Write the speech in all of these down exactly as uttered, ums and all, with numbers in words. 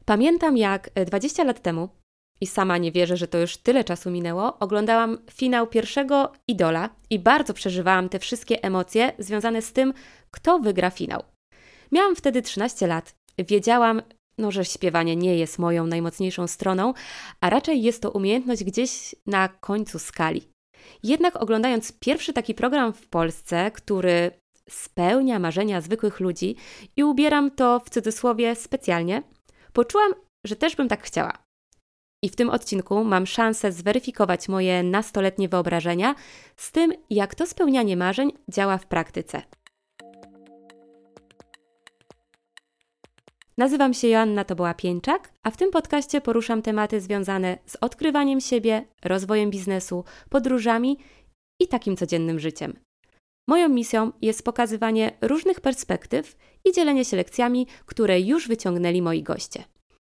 Pamiętam, jak dwadzieścia lat temu, i sama nie wierzę, że to już tyle czasu minęło, oglądałam finał pierwszego Idola i bardzo przeżywałam te wszystkie emocje związane z tym, kto wygra finał. Miałam wtedy trzynaście lat. Wiedziałam, no, że śpiewanie nie jest moją najmocniejszą stroną, a raczej jest to umiejętność gdzieś na końcu skali. Jednak oglądając pierwszy taki program w Polsce, który spełnia marzenia zwykłych ludzi i ubieram to w cudzysłowie specjalnie, poczułam, że też bym tak chciała. I w tym odcinku mam szansę zweryfikować moje nastoletnie wyobrażenia z tym, jak to spełnianie marzeń działa w praktyce. Nazywam się Joanna Toboła-Pieńczak, a w tym podcaście poruszam tematy związane z odkrywaniem siebie, rozwojem biznesu, podróżami i takim codziennym życiem. Moją misją jest pokazywanie różnych perspektyw i dzielenie się lekcjami, które już wyciągnęli moi goście.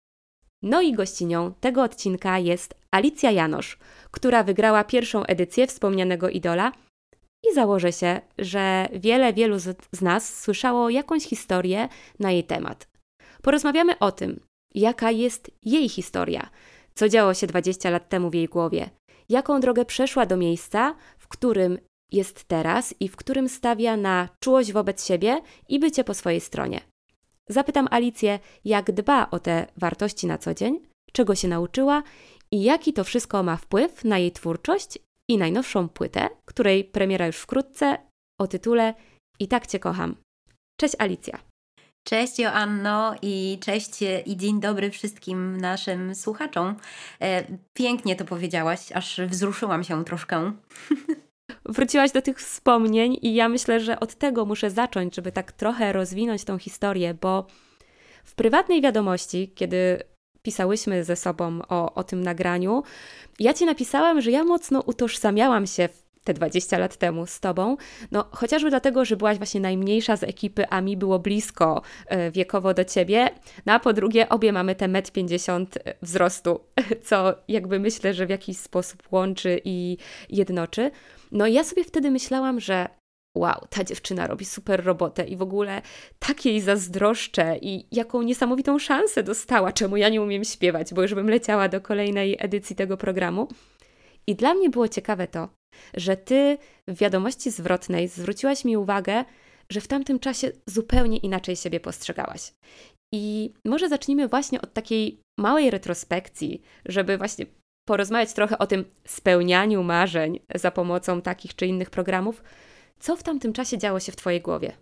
No i gościnią tego odcinka jest Alicja Janosz, która wygrała pierwszą edycję wspomnianego Idola i założę się, że wiele, wielu z, z nas słyszało jakąś historię na jej temat. Porozmawiamy o tym, jaka jest jej historia, co działo się dwadzieścia lat temu w jej głowie, jaką drogę przeszła do miejsca, w którym jest teraz i w którym stawia na czułość wobec siebie i bycie po swojej stronie. Zapytam Alicję, jak dba o te wartości na co dzień, czego się nauczyła i jaki to wszystko ma wpływ na jej twórczość i najnowszą płytę, której premiera już wkrótce, o tytule I tak Cię kocham. Cześć Alicja. Cześć Joanno i cześć i dzień dobry wszystkim naszym słuchaczom. Pięknie to powiedziałaś, aż wzruszyłam się troszkę. Wróciłaś do tych wspomnień i ja myślę, że od tego muszę zacząć, żeby tak trochę rozwinąć tą historię, bo w prywatnej wiadomości, kiedy pisałyśmy ze sobą o, o tym nagraniu, ja Ci napisałam, że ja mocno utożsamiałam się w te dwadzieścia lat temu z Tobą, no chociażby dlatego, że byłaś właśnie najmniejsza z ekipy, a mi było blisko e, wiekowo do Ciebie, no a po drugie obie mamy te metr pięćdziesiąt wzrostu, co jakby myślę, że w jakiś sposób łączy i jednoczy. No i ja sobie wtedy myślałam, że wow, ta dziewczyna robi super robotę i w ogóle tak jej zazdroszczę i jaką niesamowitą szansę dostała, czemu ja nie umiem śpiewać, bo już bym leciała do kolejnej edycji tego programu. I dla mnie było ciekawe to, że Ty w wiadomości zwrotnej zwróciłaś mi uwagę, że w tamtym czasie zupełnie inaczej siebie postrzegałaś. I może zacznijmy właśnie od takiej małej retrospekcji, żeby właśnie porozmawiać trochę o tym spełnianiu marzeń za pomocą takich czy innych programów. Co w tamtym czasie działo się w Twojej głowie?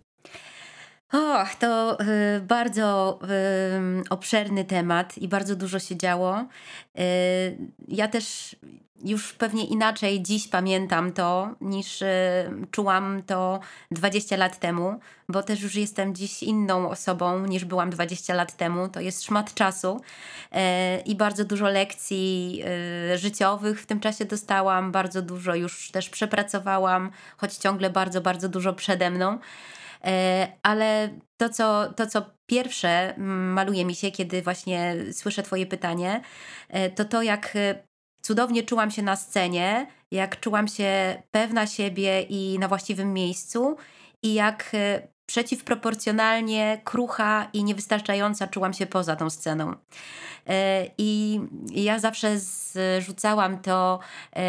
O, to y, bardzo y, obszerny temat i bardzo dużo się działo. Y, ja też już pewnie inaczej dziś pamiętam to, niż y, czułam to dwadzieścia lat temu, bo też już jestem dziś inną osobą niż byłam dwadzieścia lat temu. To jest szmat czasu y, i bardzo dużo lekcji y, życiowych w tym czasie dostałam, bardzo dużo już też przepracowałam, choć ciągle bardzo, bardzo dużo przede mną. Ale to co, to, co pierwsze maluje mi się, kiedy właśnie słyszę Twoje pytanie, to to, jak cudownie czułam się na scenie, jak czułam się pewna siebie i na właściwym miejscu i jak przeciwproporcjonalnie krucha i niewystarczająca czułam się poza tą sceną. I ja zawsze zrzucałam to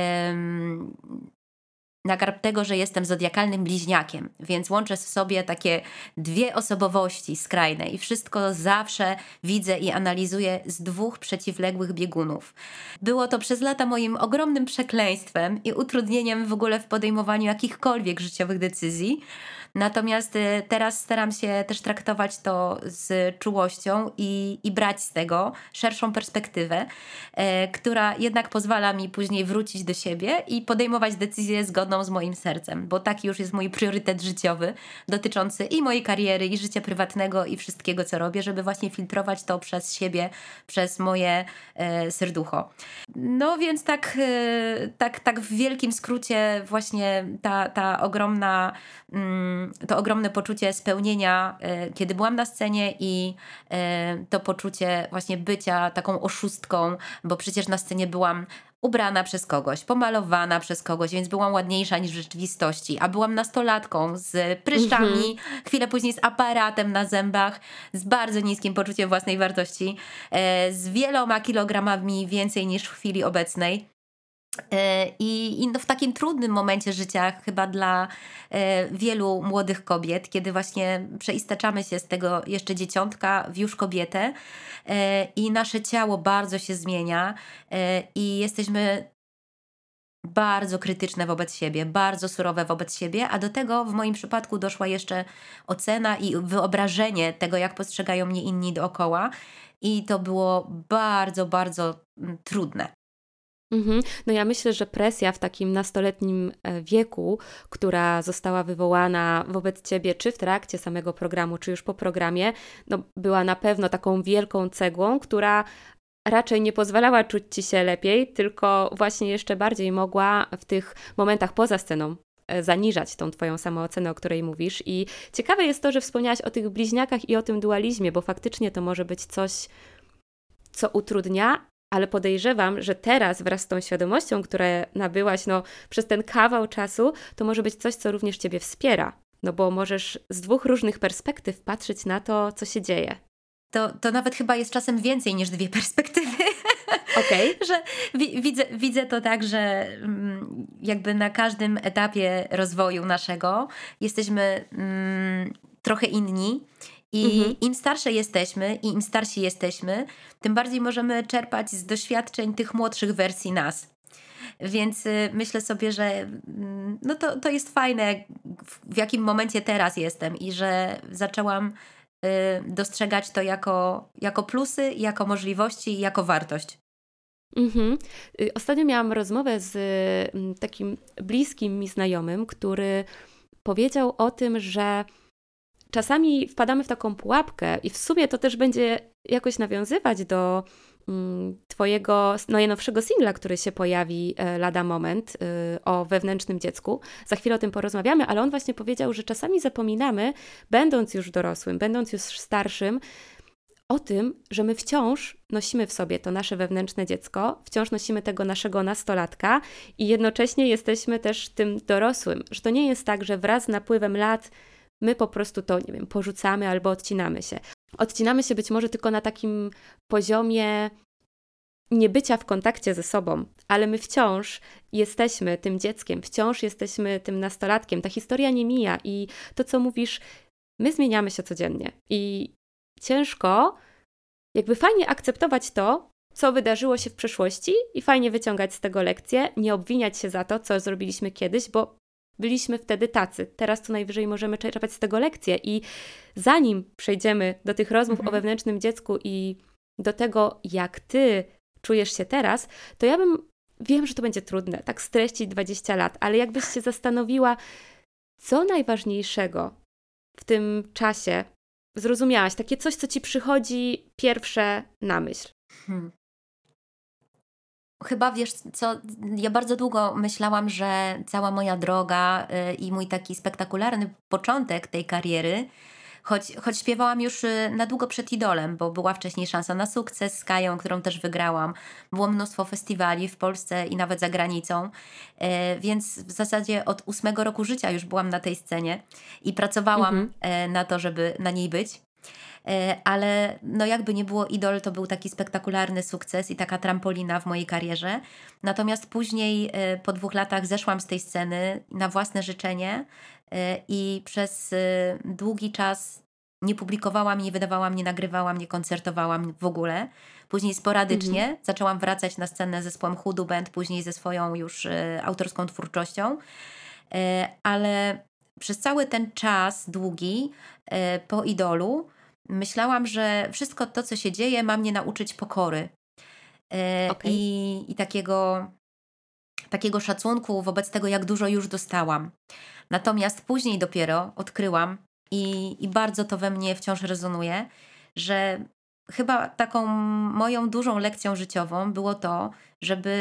na garb tego, że jestem zodiakalnym bliźniakiem, więc łączę w sobie takie dwie osobowości skrajne i wszystko zawsze widzę i analizuję z dwóch przeciwległych biegunów. Było to przez lata moim ogromnym przekleństwem i utrudnieniem w ogóle w podejmowaniu jakichkolwiek życiowych decyzji. Natomiast teraz staram się też traktować to z czułością i, i brać z tego szerszą perspektywę, e, która jednak pozwala mi później wrócić do siebie i podejmować decyzję zgodną z moim sercem, bo taki już jest mój priorytet życiowy dotyczący i mojej kariery, i życia prywatnego, i wszystkiego, co robię, żeby właśnie filtrować to przez siebie, przez moje e, serducho. No więc tak, e, tak, tak w wielkim skrócie właśnie ta, ta ogromna... Mm, to ogromne poczucie spełnienia, kiedy byłam na scenie i to poczucie właśnie bycia taką oszustką, bo przecież na scenie byłam ubrana przez kogoś, pomalowana przez kogoś, więc byłam ładniejsza niż w rzeczywistości, a byłam nastolatką z Mhm. pryszczami, chwilę później z aparatem na zębach, z bardzo niskim poczuciem własnej wartości, e, z wieloma kilogramami więcej niż w chwili obecnej. E, I, i no w takim trudnym momencie życia, chyba dla e, wielu młodych kobiet, kiedy właśnie przeistaczamy się z tego jeszcze dzieciątka w już kobietę e, i nasze ciało bardzo się zmienia e, i jesteśmy bardzo krytyczne wobec siebie, bardzo surowe wobec siebie, a do tego w moim przypadku doszła jeszcze ocena i wyobrażenie tego, jak postrzegają mnie inni dookoła. I to było bardzo, bardzo mm, trudne. Mhm. No ja myślę, że presja w takim nastoletnim e, wieku, która została wywołana wobec ciebie, czy w trakcie samego programu, czy już po programie, no była na pewno taką wielką cegłą, która raczej nie pozwalała czuć ci się lepiej, tylko właśnie jeszcze bardziej mogła w tych momentach poza sceną e, zaniżać tą twoją samoocenę, o której mówisz. I ciekawe jest to, że wspomniałaś o tych bliźniakach i o tym dualizmie, bo faktycznie to może być coś, co utrudnia, ale podejrzewam, że teraz wraz z tą świadomością, którą nabyłaś no, przez ten kawał czasu, to może być coś, co również ciebie wspiera. No bo możesz z dwóch różnych perspektyw patrzeć na to, co się dzieje. To, to nawet chyba jest czasem więcej niż dwie perspektywy. Okej. Że wi- widzę, widzę to tak, że mm, jakby na każdym etapie rozwoju naszego jesteśmy mm, trochę inni. Mhm. I im starsze jesteśmy i im starsi jesteśmy, tym bardziej możemy czerpać z doświadczeń tych młodszych wersji nas. Więc y, myślę sobie, że mm, no to, to jest fajne, w, w jakim momencie teraz jestem i że zaczęłam y, dostrzegać to jako, jako plusy, jako możliwości i jako wartość. Mhm. Y, Ostatnio miałam rozmowę z mm, takim bliskim mi znajomym, który powiedział o tym, że czasami wpadamy w taką pułapkę i w sumie to też będzie jakoś nawiązywać do mm, twojego najnowszego singla, który się pojawi e, lada moment, y, o wewnętrznym dziecku. Za chwilę o tym porozmawiamy, ale on właśnie powiedział, że czasami zapominamy, będąc już dorosłym, będąc już starszym, o tym, że my wciąż nosimy w sobie to nasze wewnętrzne dziecko, wciąż nosimy tego naszego nastolatka i jednocześnie jesteśmy też tym dorosłym. Że to nie jest tak, że wraz z napływem lat my po prostu to, nie wiem, porzucamy albo odcinamy się. Odcinamy się być może tylko na takim poziomie niebycia w kontakcie ze sobą, ale my wciąż jesteśmy tym dzieckiem, wciąż jesteśmy tym nastolatkiem. Ta historia nie mija i to, co mówisz, my zmieniamy się codziennie i ciężko, jakby fajnie akceptować to, co wydarzyło się w przeszłości i fajnie wyciągać z tego lekcje, nie obwiniać się za to, co zrobiliśmy kiedyś, bo byliśmy wtedy tacy. Teraz co najwyżej możemy czerpać z tego lekcje i zanim przejdziemy do tych rozmów Mhm. o wewnętrznym dziecku i do tego, jak ty czujesz się teraz, to ja bym, wiem, że to będzie trudne, tak streścić dwadzieścia lat, ale jakbyś się zastanowiła, co najważniejszego w tym czasie zrozumiałaś, takie coś, co ci przychodzi pierwsze na myśl. Hmm. Chyba wiesz co, ja bardzo długo myślałam, że cała moja droga y, i mój taki spektakularny początek tej kariery, choć, choć śpiewałam już y, na długo przed Idolem, bo była wcześniej szansa na sukces z Kają, którą też wygrałam. Było mnóstwo festiwali w Polsce i nawet za granicą, y, więc w zasadzie od ósmego roku życia już byłam na tej scenie i pracowałam Mhm. y, na to, żeby na niej być. E, ale no jakby nie było, Idol to był taki spektakularny sukces i taka trampolina w mojej karierze. Natomiast później e, po dwóch latach zeszłam z tej sceny na własne życzenie e, i przez e, długi czas nie publikowałam, nie wydawałam, nie nagrywałam, nie koncertowałam w ogóle. Później Mhm. sporadycznie zaczęłam wracać na scenę z zespołem Hudu Band, później ze swoją już e, autorską twórczością. E, ale przez cały ten czas długi e, po Idolu myślałam, że wszystko to, co się dzieje, ma mnie nauczyć pokory e, Okej. i, i takiego, takiego szacunku wobec tego, jak dużo już dostałam. Natomiast później dopiero odkryłam i, i bardzo to we mnie wciąż rezonuje, że chyba taką moją dużą lekcją życiową było to, żeby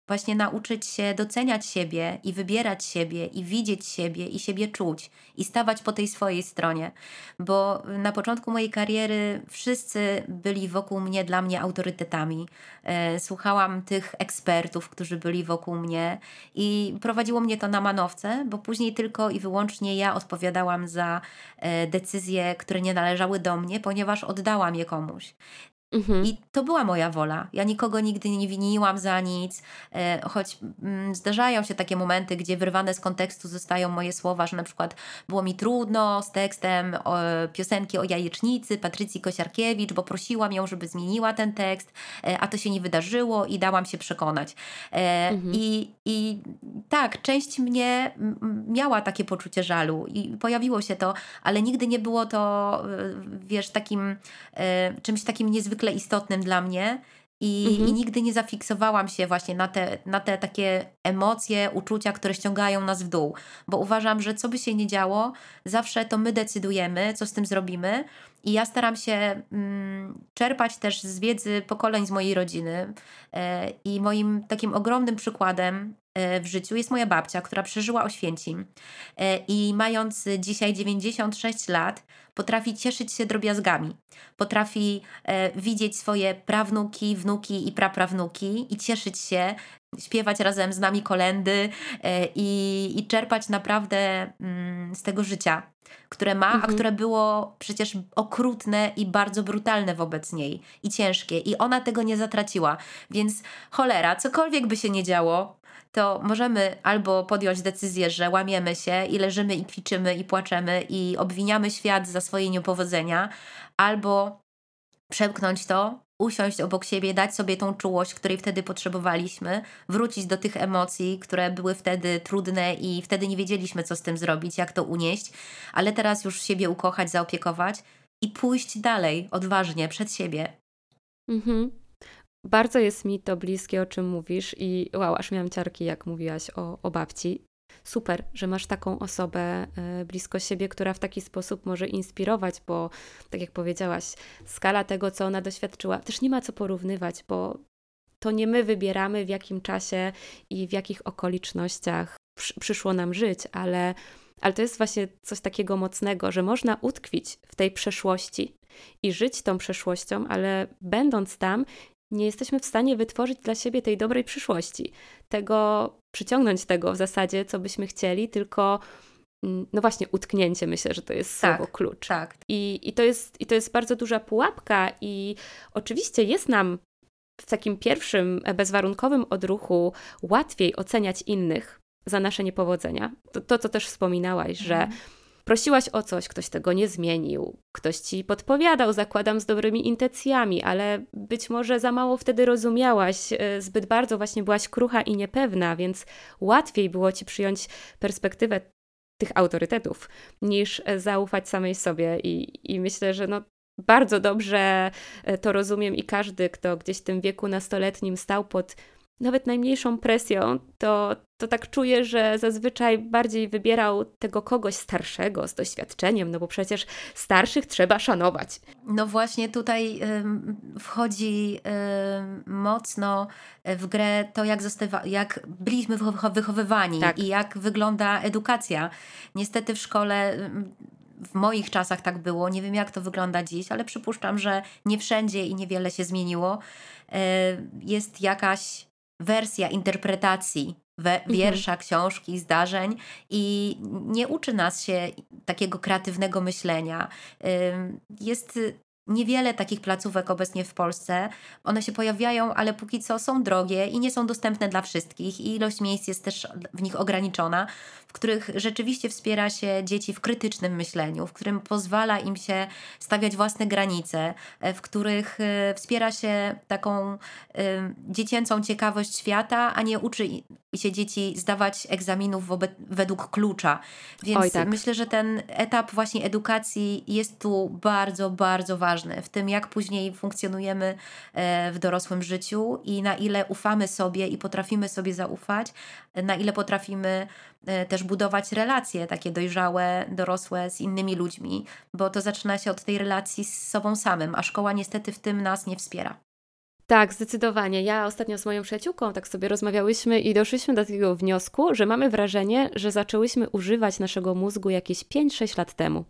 właśnie nauczyć się doceniać siebie i wybierać siebie i widzieć siebie i siebie czuć i stawać po tej swojej stronie. Bo na początku mojej kariery wszyscy byli wokół mnie dla mnie autorytetami. E, Słuchałam tych ekspertów, którzy byli wokół mnie i prowadziło mnie to na manowce, bo później tylko i wyłącznie ja odpowiadałam za e, decyzje, które nie należały do mnie, ponieważ oddałam je komuś. Mhm. I to była moja wola. Ja nikogo nigdy nie winiłam za nic, e, choć mm, zdarzają się takie momenty, gdzie wyrwane z kontekstu zostają moje słowa, że na przykład było mi trudno z tekstem o, piosenki o jajecznicy Patrycji Kosiarkiewicz, bo prosiłam ją, żeby zmieniła ten tekst, e, a to się nie wydarzyło i dałam się przekonać. E, Mhm. i, I tak, część mnie m, m, miała takie poczucie żalu i pojawiło się to, ale nigdy nie było to, e, wiesz, takim e, czymś takim niezwykle istotnym dla mnie i, i Mhm. nigdy nie zafiksowałam się właśnie na te, na te takie emocje, uczucia, które ściągają nas w dół, bo uważam, że co by się nie działo, zawsze to my decydujemy, co z tym zrobimy i ja staram się mm, czerpać też z wiedzy pokoleń z mojej rodziny e, i moim takim ogromnym przykładem e, w życiu jest moja babcia, która przeżyła Oświęcim e, i mając dzisiaj dziewięćdziesiąt sześć lat, potrafi cieszyć się drobiazgami. Potrafi e, widzieć swoje prawnuki, wnuki i praprawnuki i cieszyć się, śpiewać razem z nami kolędy e, i, i czerpać naprawdę mm, z tego życia, które ma, a Mhm. które było przecież okrutne i bardzo brutalne wobec niej i ciężkie. I ona tego nie zatraciła. Więc cholera, cokolwiek by się nie działo, to możemy albo podjąć decyzję, że łamiemy się i leżymy i kwiczymy i płaczemy i obwiniamy świat za swoje niepowodzenia, albo przemknąć to, usiąść obok siebie, dać sobie tą czułość, której wtedy potrzebowaliśmy, wrócić do tych emocji, które były wtedy trudne i wtedy nie wiedzieliśmy, co z tym zrobić, jak to unieść, ale teraz już siebie ukochać, zaopiekować i pójść dalej, odważnie, przed siebie. Mhm. Bardzo jest mi to bliskie, o czym mówisz i wow, aż miałam ciarki, jak mówiłaś o, o babci. Super, że masz taką osobę e, blisko siebie, która w taki sposób może inspirować, bo tak jak powiedziałaś, skala tego, co ona doświadczyła, też nie ma co porównywać, bo to nie my wybieramy, w jakim czasie i w jakich okolicznościach przy, przyszło nam żyć, ale, ale to jest właśnie coś takiego mocnego, że można utkwić w tej przeszłości i żyć tą przeszłością, ale będąc tam, nie jesteśmy w stanie wytworzyć dla siebie tej dobrej przyszłości. Tego, przyciągnąć tego w zasadzie, co byśmy chcieli, tylko mm, no właśnie utknięcie, myślę, że to jest słowo Tak, klucz. tak. I, i, to jest, I to jest bardzo duża pułapka i oczywiście jest nam w takim pierwszym e, bezwarunkowym odruchu łatwiej oceniać innych za nasze niepowodzenia. To, to co też wspominałaś, że Mhm. prosiłaś o coś, ktoś tego nie zmienił, ktoś ci podpowiadał, zakładam z dobrymi intencjami, ale być może za mało wtedy rozumiałaś, e, zbyt bardzo właśnie byłaś krucha i niepewna, więc łatwiej było ci przyjąć perspektywę tych autorytetów, niż e, zaufać samej sobie i, i myślę, że no bardzo dobrze e, to rozumiem i każdy, kto gdzieś w tym wieku nastoletnim stał pod nawet najmniejszą presją, to, to tak czuję, że zazwyczaj bardziej wybierał tego kogoś starszego, z doświadczeniem, no bo przecież starszych trzeba szanować. No właśnie tutaj ym, wchodzi ym, mocno w grę to, jak, zostawa, jak byliśmy wycho- wychowywani i Tak. jak wygląda edukacja. Niestety w szkole, ym, w moich czasach tak było, nie wiem jak to wygląda dziś, ale przypuszczam, że nie wszędzie i niewiele się zmieniło. Y, Jest jakaś wersja interpretacji we, Mhm. wiersza, książki, zdarzeń i nie uczy nas się takiego kreatywnego myślenia. Ym, Jest niewiele takich placówek obecnie w Polsce. One się pojawiają, ale póki co są drogie i nie są dostępne dla wszystkich i ilość miejsc jest też w nich ograniczona, w których rzeczywiście wspiera się dzieci w krytycznym myśleniu, w którym pozwala im się stawiać własne granice, e, w których e, wspiera się taką e, dziecięcą ciekawość świata, a nie uczy i- się dzieci zdawać egzaminów wobec, według klucza. Oj Więc tak. myślę, że ten etap właśnie edukacji jest tu bardzo, bardzo ważny w tym, jak później funkcjonujemy e, w dorosłym życiu i na ile ufamy sobie i potrafimy sobie zaufać, e, na ile potrafimy e, też budować relacje takie dojrzałe, dorosłe z innymi ludźmi, bo to zaczyna się od tej relacji z sobą samym, a szkoła niestety w tym nas nie wspiera. Tak, zdecydowanie. Ja ostatnio z moją przyjaciółką tak sobie rozmawiałyśmy i doszliśmy do takiego wniosku, że mamy wrażenie, że zaczęłyśmy używać naszego mózgu jakieś pięć sześć lat temu.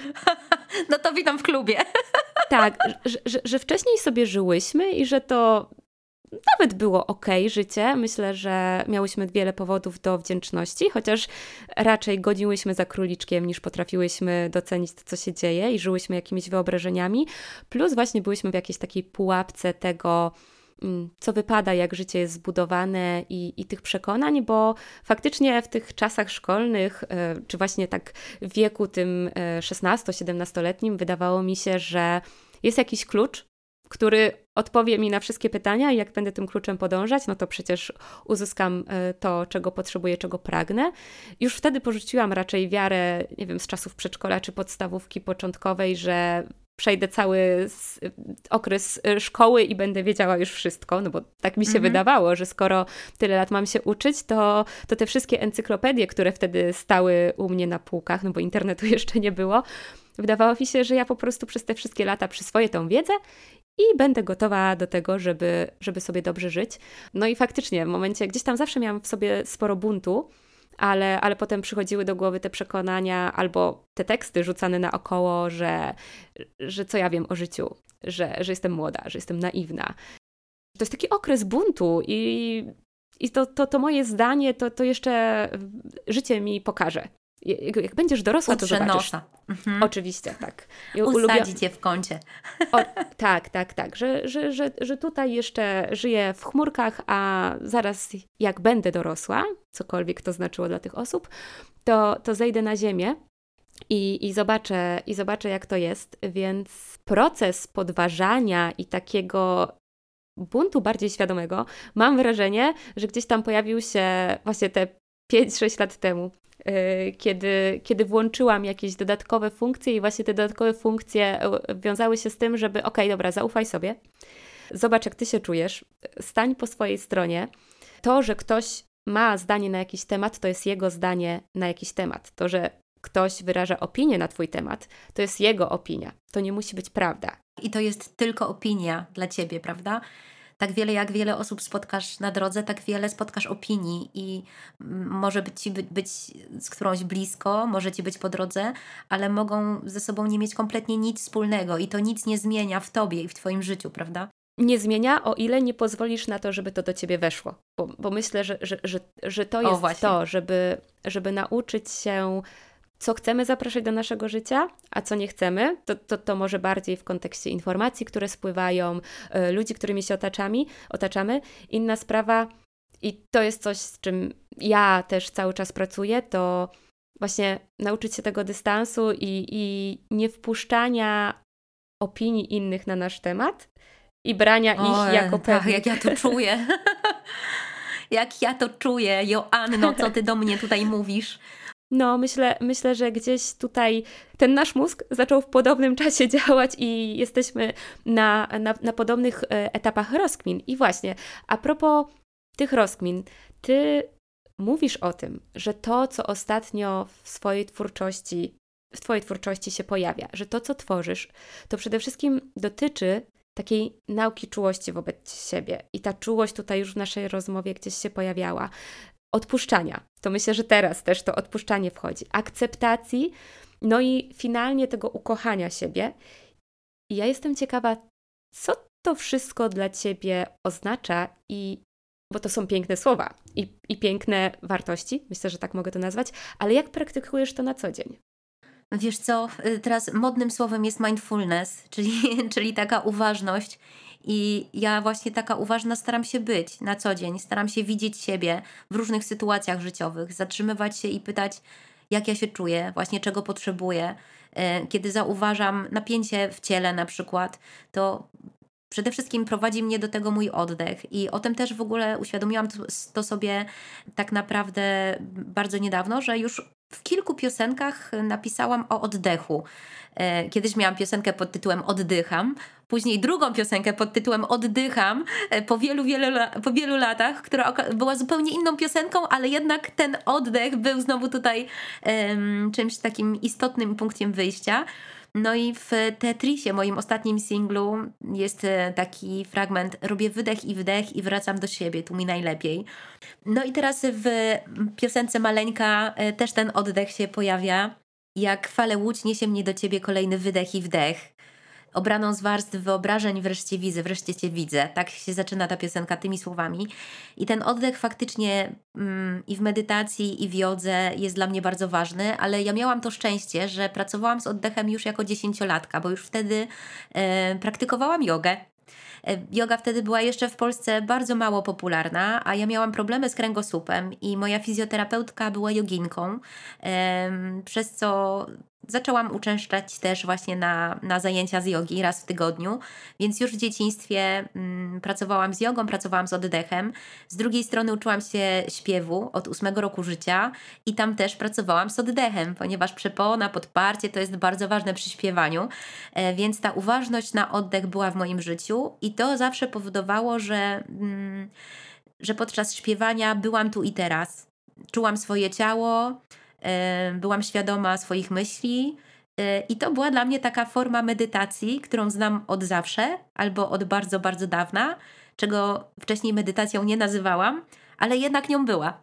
No to witam w klubie. Tak, że, że, że wcześniej sobie żyłyśmy i że to nawet było okej życie. Myślę, że miałyśmy wiele powodów do wdzięczności, chociaż raczej godziłyśmy za króliczkiem, niż potrafiłyśmy docenić to, co się dzieje i żyłyśmy jakimiś wyobrażeniami. Plus właśnie byłyśmy w jakiejś takiej pułapce tego, co wypada, jak życie jest zbudowane i, i tych przekonań, bo faktycznie w tych czasach szkolnych, czy właśnie tak w wieku tym szesnasto-siedemnastoletnim wydawało mi się, że jest jakiś klucz, który odpowie mi na wszystkie pytania i jak będę tym kluczem podążać, no to przecież uzyskam to, czego potrzebuję, czego pragnę. Już wtedy porzuciłam raczej wiarę, nie wiem, z czasów przedszkola czy podstawówki początkowej, że przejdę cały okres szkoły i będę wiedziała już wszystko, no bo tak mi się mhm. wydawało, że skoro tyle lat mam się uczyć, to, to te wszystkie encyklopedie, które wtedy stały u mnie na półkach, no bo internetu jeszcze nie było, wydawało mi się, że ja po prostu przez te wszystkie lata przyswoję tą wiedzę i będę gotowa do tego, żeby, żeby sobie dobrze żyć. No i faktycznie w momencie, gdzieś tam zawsze miałam w sobie sporo buntu, ale, ale potem przychodziły do głowy te przekonania albo te teksty rzucane naokoło, że, że co ja wiem o życiu, że, że jestem młoda, że jestem naiwna. To jest taki okres buntu i, i to, to, to moje zdanie to, to jeszcze życie mi pokaże. Jak będziesz dorosła, Utrze to zobaczysz. nosa. Mhm. Oczywiście, tak. Usadzi cię w kącie. O, tak, tak, tak. Że, że, że, że tutaj jeszcze żyję w chmurkach, a zaraz jak będę dorosła, cokolwiek to znaczyło dla tych osób, to, to zejdę na ziemię i, i, zobaczę, i zobaczę, jak to jest. Więc proces podważania i takiego buntu bardziej świadomego, mam wrażenie, że gdzieś tam pojawił się właśnie te pięć sześć lat temu. Kiedy, kiedy włączyłam jakieś dodatkowe funkcje i właśnie te dodatkowe funkcje wiązały się z tym, żeby okej, okay, dobra, zaufaj sobie, zobacz jak ty się czujesz, stań po swojej stronie. To, że ktoś ma zdanie na jakiś temat, to jest jego zdanie na jakiś temat. To, że ktoś wyraża opinię na twój temat, to jest jego opinia. To nie musi być prawda. I to jest tylko opinia dla ciebie, prawda? Tak wiele, jak wiele osób spotkasz na drodze, tak wiele spotkasz opinii i może być ci być, być z którąś blisko, może ci być po drodze, ale mogą ze sobą nie mieć kompletnie nic wspólnego i to nic nie zmienia w tobie i w twoim życiu, prawda? Nie zmienia, o ile nie pozwolisz na to, żeby to do ciebie weszło. Bo, bo myślę, że, że, że, że to jest o, to, żeby, żeby nauczyć się, co chcemy zapraszać do naszego życia, a co nie chcemy, to, to, to może bardziej w kontekście informacji, które spływają, y, ludzi, którymi się otaczamy, otaczamy. Inna sprawa, i to jest coś, z czym ja też cały czas pracuję, to właśnie nauczyć się tego dystansu i, i nie wpuszczania opinii innych na nasz temat i brania o, ich jako pewnych. Tak, jak ja to czuję. Jak ja to czuję, Joanno, co ty do mnie tutaj mówisz? No, myślę, myślę, że gdzieś tutaj ten nasz mózg zaczął w podobnym czasie działać i jesteśmy na, na, na podobnych etapach rozkmin. I właśnie, a propos tych rozkmin, ty mówisz o tym, że to, co ostatnio w swojej twórczości, w twojej twórczości się pojawia, że to, co tworzysz, to przede wszystkim dotyczy takiej nauki czułości wobec siebie. I ta czułość tutaj już w naszej rozmowie gdzieś się pojawiała. Odpuszczania. To myślę, że teraz też to odpuszczanie wchodzi. Akceptacji, no i finalnie tego ukochania siebie. I ja jestem ciekawa, co to wszystko dla ciebie oznacza i bo to są piękne słowa i, i piękne wartości, myślę, że tak mogę to nazwać, ale jak praktykujesz to na co dzień? Wiesz co, teraz modnym słowem jest mindfulness, czyli, czyli taka uważność. I ja właśnie taka uważna staram się być na co dzień. Staram się widzieć siebie w różnych sytuacjach życiowych, zatrzymywać się i pytać, jak ja się czuję, właśnie czego potrzebuję. Kiedy zauważam napięcie w ciele na przykład, to przede wszystkim prowadzi mnie do tego mój oddech. I o tym też w ogóle uświadomiłam to sobie tak naprawdę bardzo niedawno, że już w kilku piosenkach napisałam o oddechu. Kiedyś miałam piosenkę pod tytułem Oddycham, później drugą piosenkę pod tytułem Oddycham po wielu, wielu, po wielu latach, która była zupełnie inną piosenką, ale jednak ten oddech był znowu tutaj um, czymś takim istotnym punktem wyjścia. No i w Tetrisie, moim ostatnim singlu, jest taki fragment: robię wydech i wdech i wracam do siebie, tu mi najlepiej. No i teraz w piosence Maleńka też ten oddech się pojawia. Jak fale łódź niesie mnie do ciebie kolejny wydech i wdech. Obraną z warstw wyobrażeń wreszcie widzę, wreszcie cię widzę. Tak się zaczyna ta piosenka tymi słowami. I ten oddech faktycznie mm, i w medytacji, i w jodze jest dla mnie bardzo ważny, ale ja miałam to szczęście, że pracowałam z oddechem już jako dziesięciolatka, bo już wtedy e, praktykowałam jogę. Joga wtedy była jeszcze w Polsce bardzo mało popularna, a ja miałam problemy z kręgosłupem i moja fizjoterapeutka była joginką, em, przez co zaczęłam uczęszczać też właśnie na, na zajęcia z jogi raz w tygodniu, więc już w dzieciństwie mm, pracowałam z jogą, pracowałam z oddechem. Z drugiej strony uczyłam się śpiewu od ósmego roku życia i tam też pracowałam z oddechem, ponieważ przepona, podparcie to jest bardzo ważne przy śpiewaniu, e, więc ta uważność na oddech była w moim życiu i to zawsze powodowało, że, mm, że podczas śpiewania byłam tu i teraz. Czułam swoje ciało, byłam świadoma swoich myśli i to była dla mnie taka forma medytacji, którą znam od zawsze albo od bardzo, bardzo dawna, czego wcześniej medytacją nie nazywałam, ale jednak nią była.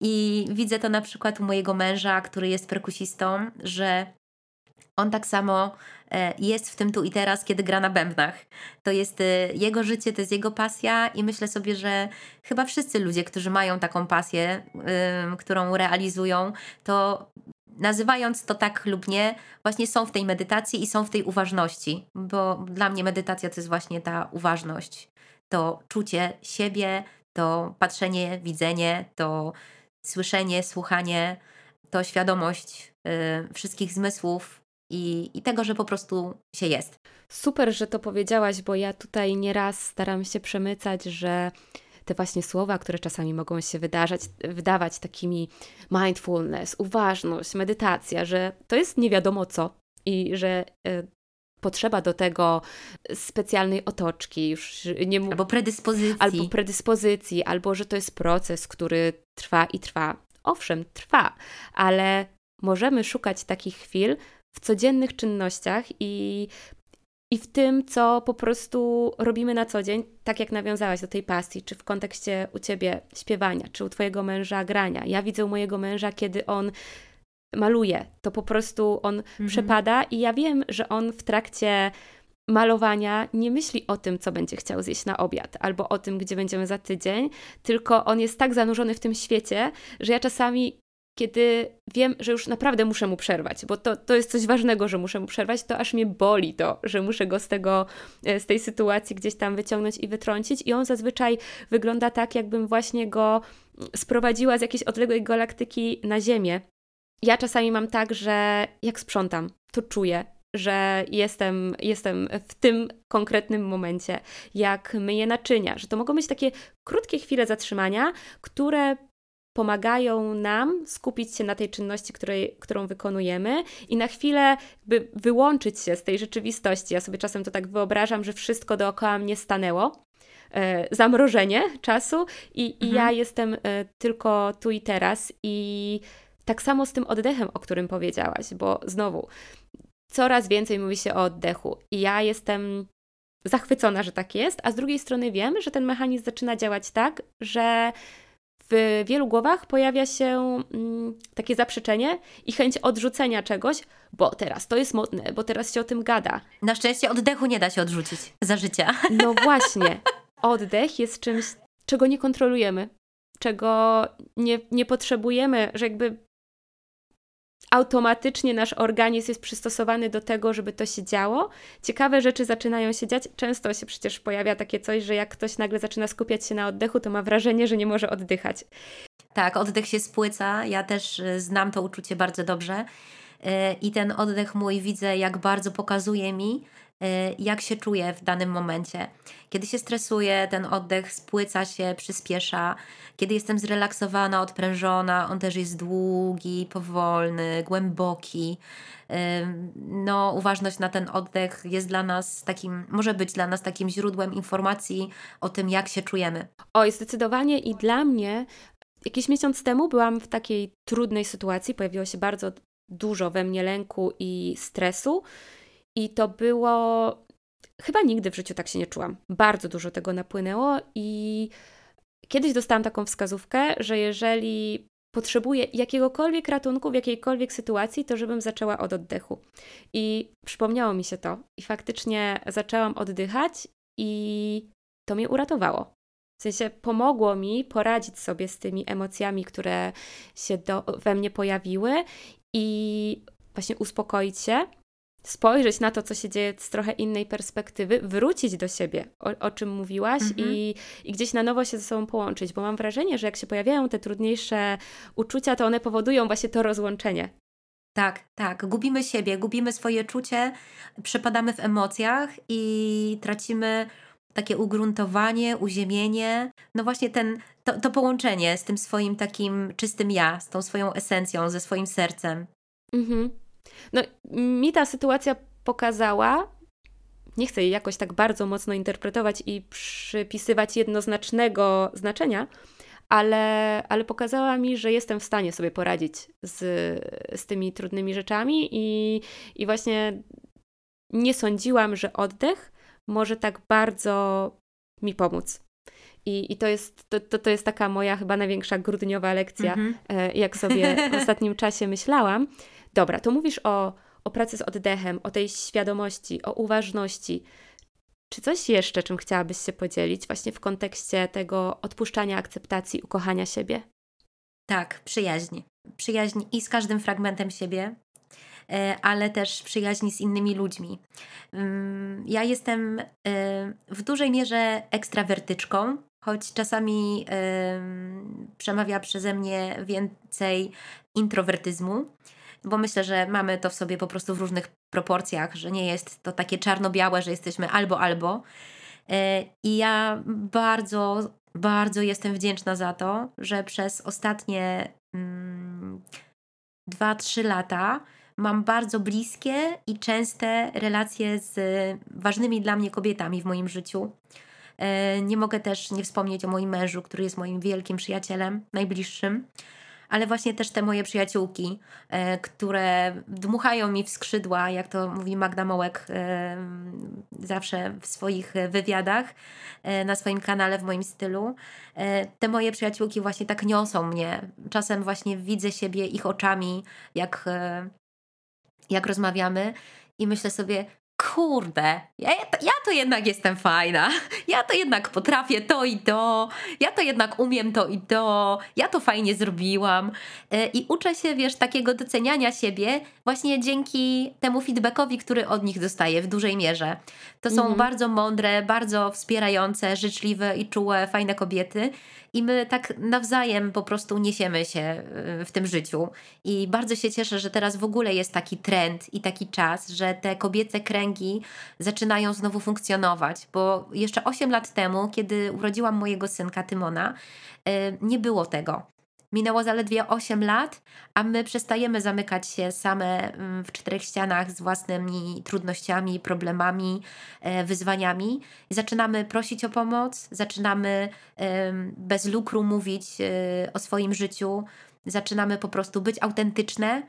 I widzę to na przykład u mojego męża, który jest perkusistą, że on tak samo jest w tym tu i teraz, kiedy gra na bębnach. To jest jego życie, to jest jego pasja i myślę sobie, że chyba wszyscy ludzie, którzy mają taką pasję, yy, którą realizują, to nazywając to tak lub nie, właśnie są w tej medytacji i są w tej uważności, bo dla mnie medytacja to jest właśnie ta uważność, to czucie siebie, to patrzenie, widzenie, to słyszenie, słuchanie, to świadomość yy, wszystkich zmysłów, I, i tego, że po prostu się jest. Super, że to powiedziałaś, bo ja tutaj nieraz staram się przemycać, że te właśnie słowa, które czasami mogą się wydarzać, wydawać takimi mindfulness, uważność, medytacja, że to jest nie wiadomo co i że y, potrzeba do tego specjalnej otoczki, już nie mu... albo predyspozycji. Albo predyspozycji, albo że to jest proces, który trwa i trwa. Owszem, trwa, ale możemy szukać takich chwil w codziennych czynnościach i, i w tym, co po prostu robimy na co dzień, tak jak nawiązałaś do tej pasji, czy w kontekście u Ciebie śpiewania, czy u Twojego męża grania. Ja widzę u mojego męża, kiedy on maluje, to po prostu on mhm. przepada i ja wiem, że on w trakcie malowania nie myśli o tym, co będzie chciał zjeść na obiad, albo o tym, gdzie będziemy za tydzień, tylko on jest tak zanurzony w tym świecie, że ja czasami, kiedy wiem, że już naprawdę muszę mu przerwać, bo to, to jest coś ważnego, że muszę mu przerwać, to aż mnie boli to, że muszę go z tego, z tej sytuacji gdzieś tam wyciągnąć i wytrącić i on zazwyczaj wygląda tak, jakbym właśnie go sprowadziła z jakiejś odległej galaktyki na Ziemię. Ja czasami mam tak, że jak sprzątam, to czuję, że jestem, jestem w tym konkretnym momencie, jak myję naczynia, że to mogą być takie krótkie chwile zatrzymania, które pomagają nam skupić się na tej czynności, której, którą wykonujemy i na chwilę jakby wyłączyć się z tej rzeczywistości. Ja sobie czasem to tak wyobrażam, że wszystko dookoła mnie stanęło, e, zamrożenie czasu i, mhm. i ja jestem e, tylko tu i teraz i tak samo z tym oddechem, o którym powiedziałaś, bo znowu coraz więcej mówi się o oddechu i ja jestem zachwycona, że tak jest, a z drugiej strony wiem, że ten mechanizm zaczyna działać tak, że w wielu głowach pojawia się mm, takie zaprzeczenie i chęć odrzucenia czegoś, bo teraz to jest modne, bo teraz się o tym gada. Na szczęście oddechu nie da się odrzucić za życia. No właśnie. Oddech jest czymś, czego nie kontrolujemy, czego nie, nie potrzebujemy, że jakby automatycznie nasz organizm jest przystosowany do tego, żeby to się działo. Ciekawe rzeczy zaczynają się dziać. Często się przecież pojawia takie coś, że jak ktoś nagle zaczyna skupiać się na oddechu, to ma wrażenie, że nie może oddychać. Tak, oddech się spłyca. Ja też znam to uczucie bardzo dobrze. I ten oddech mój widzę, jak bardzo pokazuje mi, jak się czuję w danym momencie. Kiedy się stresuję, ten oddech spłyca się, przyspiesza. Kiedy jestem zrelaksowana, odprężona, on też jest długi, powolny, głęboki. No, uważność na ten oddech jest dla nas takim, może być dla nas takim źródłem informacji o tym, jak się czujemy. Oj, zdecydowanie i dla mnie jakiś miesiąc temu byłam w takiej trudnej sytuacji, pojawiło się bardzo dużo we mnie lęku i stresu I to było... Chyba nigdy w życiu tak się nie czułam. Bardzo dużo tego napłynęło i kiedyś dostałam taką wskazówkę, że jeżeli potrzebuję jakiegokolwiek ratunku w jakiejkolwiek sytuacji, to żebym zaczęła od oddechu. I przypomniało mi się to. I faktycznie zaczęłam oddychać i to mnie uratowało. W sensie pomogło mi poradzić sobie z tymi emocjami, które się do, we mnie pojawiły i właśnie uspokoić się, spojrzeć na to, co się dzieje z trochę innej perspektywy, wrócić do siebie, o, o czym mówiłaś mhm. i, i gdzieś na nowo się ze sobą połączyć, bo mam wrażenie, że jak się pojawiają te trudniejsze uczucia, to one powodują właśnie to rozłączenie. Tak, tak. Gubimy siebie, gubimy swoje czucie, przepadamy w emocjach i tracimy takie ugruntowanie, uziemienie, no właśnie ten, to, to połączenie z tym swoim takim czystym ja, z tą swoją esencją, ze swoim sercem. Mhm. No mi ta sytuacja pokazała, nie chcę jej jakoś tak bardzo mocno interpretować i przypisywać jednoznacznego znaczenia, ale, ale pokazała mi, że jestem w stanie sobie poradzić z, z tymi trudnymi rzeczami i, i właśnie nie sądziłam, że oddech może tak bardzo mi pomóc. I, i to, jest, to, to, to jest taka moja chyba największa grudniowa lekcja, mm-hmm. jak sobie w ostatnim czasie myślałam. Dobra, to mówisz o, o pracy z oddechem, o tej świadomości, o uważności. Czy coś jeszcze, czym chciałabyś się podzielić właśnie w kontekście tego odpuszczania, akceptacji, ukochania siebie? Tak, przyjaźń. Przyjaźń i z każdym fragmentem siebie, ale też przyjaźni z innymi ludźmi. Ja jestem w dużej mierze ekstrawertyczką, choć czasami przemawia przeze mnie więcej introwertyzmu, bo myślę, że mamy to w sobie po prostu w różnych proporcjach, że nie jest to takie czarno-białe, że jesteśmy albo, albo. I ja bardzo, bardzo jestem wdzięczna za to, że przez ostatnie dwa, trzy lata mam bardzo bliskie i częste relacje z ważnymi dla mnie kobietami w moim życiu. Nie mogę też nie wspomnieć o moim mężu, który jest moim wielkim przyjacielem, najbliższym, ale właśnie też te moje przyjaciółki, które dmuchają mi w skrzydła, jak to mówi Magda Mołek zawsze w swoich wywiadach na swoim kanale, w moim stylu. Te moje przyjaciółki właśnie tak niosą mnie. Czasem właśnie widzę siebie ich oczami, jak jak rozmawiamy i myślę sobie, kurde, ja, ja to jednak jestem fajna, ja to jednak potrafię to i to, ja to jednak umiem to i to, ja to fajnie zrobiłam i uczę się, wiesz, takiego doceniania siebie właśnie dzięki temu feedbackowi, który od nich dostaję w dużej mierze. To są mhm. bardzo mądre, bardzo wspierające, życzliwe i czułe, fajne kobiety i my tak nawzajem po prostu niesiemy się w tym życiu i bardzo się cieszę, że teraz w ogóle jest taki trend i taki czas, że te kobiece kręgi zaczynają znowu funkcjonować, bo jeszcze osiem lat temu, kiedy urodziłam mojego synka Tymona, nie było tego. Minęło zaledwie osiem lat, a my przestajemy zamykać się same w czterech ścianach z własnymi trudnościami, problemami, wyzwaniami. I zaczynamy prosić o pomoc, zaczynamy bez lukru mówić o swoim życiu, zaczynamy po prostu być autentyczne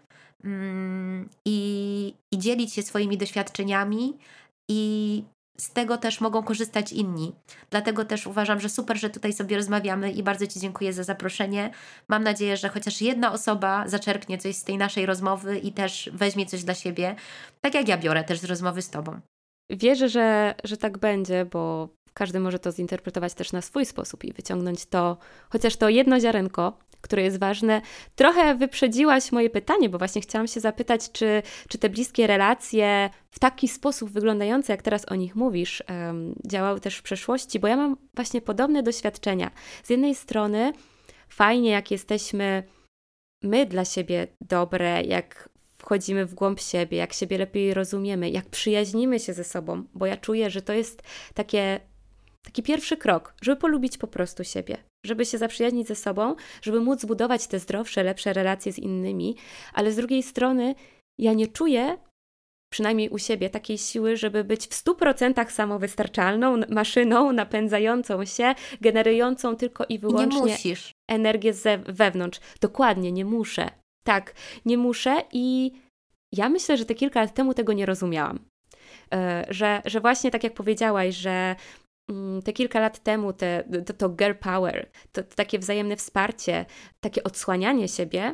i, i dzielić się swoimi doświadczeniami i z tego też mogą korzystać inni. Dlatego też uważam, że super, że tutaj sobie rozmawiamy i bardzo Ci dziękuję za zaproszenie. Mam nadzieję, że chociaż jedna osoba zaczerpnie coś z tej naszej rozmowy i też weźmie coś dla siebie, tak jak ja biorę też z rozmowy z Tobą. Wierzę, że, że tak będzie, bo każdy może to zinterpretować też na swój sposób i wyciągnąć to, chociaż to jedno ziarenko, które jest ważne. Trochę wyprzedziłaś moje pytanie, bo właśnie chciałam się zapytać, czy, czy te bliskie relacje w taki sposób wyglądające, jak teraz o nich mówisz, um, działały też w przeszłości, bo ja mam właśnie podobne doświadczenia. Z jednej strony fajnie, jak jesteśmy my dla siebie dobre, jak wchodzimy w głąb siebie, jak siebie lepiej rozumiemy, jak przyjaźnimy się ze sobą, bo ja czuję, że to jest takie, taki pierwszy krok, żeby polubić po prostu siebie, żeby się zaprzyjaźnić ze sobą, żeby móc budować te zdrowsze, lepsze relacje z innymi, ale z drugiej strony ja nie czuję, przynajmniej u siebie, takiej siły, żeby być w stu procentach samowystarczalną maszyną napędzającą się, generującą tylko i wyłącznie nie musisz. energię z wewnątrz. Dokładnie, nie muszę. Tak, nie muszę i ja myślę, że te kilka lat temu tego nie rozumiałam. że, że właśnie tak jak powiedziałaś, że te kilka lat temu te, to, to girl power, to, to takie wzajemne wsparcie, takie odsłanianie siebie,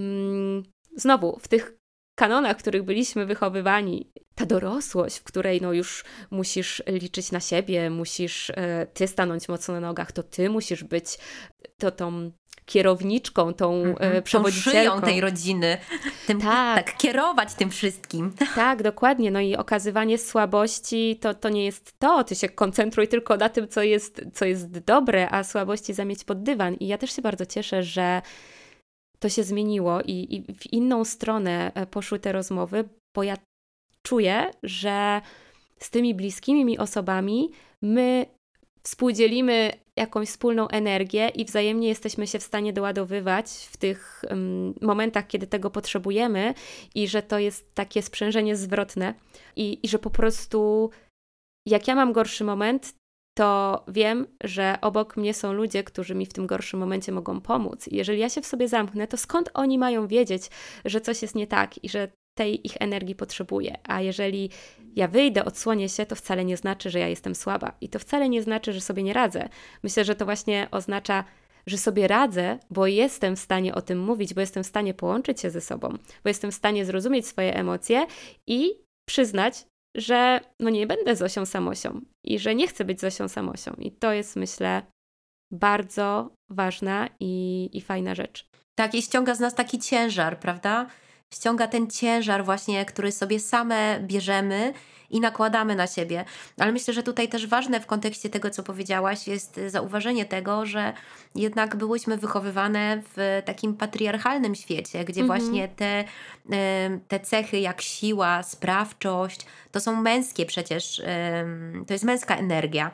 znowu w tych kanonach, w których byliśmy wychowywani, ta dorosłość, w której no już musisz liczyć na siebie, musisz e, ty stanąć mocno na nogach, to ty musisz być to, tą kierowniczką, tą mm-hmm. e, przewodniczącą. Tą szyją tej rodziny, tym, tak. tak kierować tym wszystkim. Tak, dokładnie. No i okazywanie słabości to, to nie jest to. Ty się koncentruj tylko na tym, co jest, co jest dobre, a słabości zamieć pod dywan. I ja też się bardzo cieszę, że to się zmieniło i, i w inną stronę poszły te rozmowy, bo ja czuję, że z tymi bliskimi mi osobami my współdzielimy jakąś wspólną energię i wzajemnie jesteśmy się w stanie doładowywać w tych um, momentach, kiedy tego potrzebujemy i że to jest takie sprzężenie zwrotne i, i że po prostu jak ja mam gorszy moment, to wiem, że obok mnie są ludzie, którzy mi w tym gorszym momencie mogą pomóc. I jeżeli ja się w sobie zamknę, to skąd oni mają wiedzieć, że coś jest nie tak i że tej ich energii potrzebuję? A jeżeli ja wyjdę, odsłonię się, to wcale nie znaczy, że ja jestem słaba. I to wcale nie znaczy, że sobie nie radzę. Myślę, że to właśnie oznacza, że sobie radzę, bo jestem w stanie o tym mówić, bo jestem w stanie połączyć się ze sobą, bo jestem w stanie zrozumieć swoje emocje i przyznać, że no nie będę Zosią Samosią i że nie chcę być Zosią Samosią. I to jest, myślę, bardzo ważna i, i fajna rzecz. Tak, i ściąga z nas taki ciężar, prawda? Ściąga ten ciężar właśnie, który sobie same bierzemy i nakładamy na siebie. Ale myślę, że tutaj też ważne w kontekście tego, co powiedziałaś, jest zauważenie tego, że jednak byłyśmy wychowywane w takim patriarchalnym świecie, gdzie mhm. właśnie te, te cechy jak siła, sprawczość, to są męskie przecież, to jest męska energia.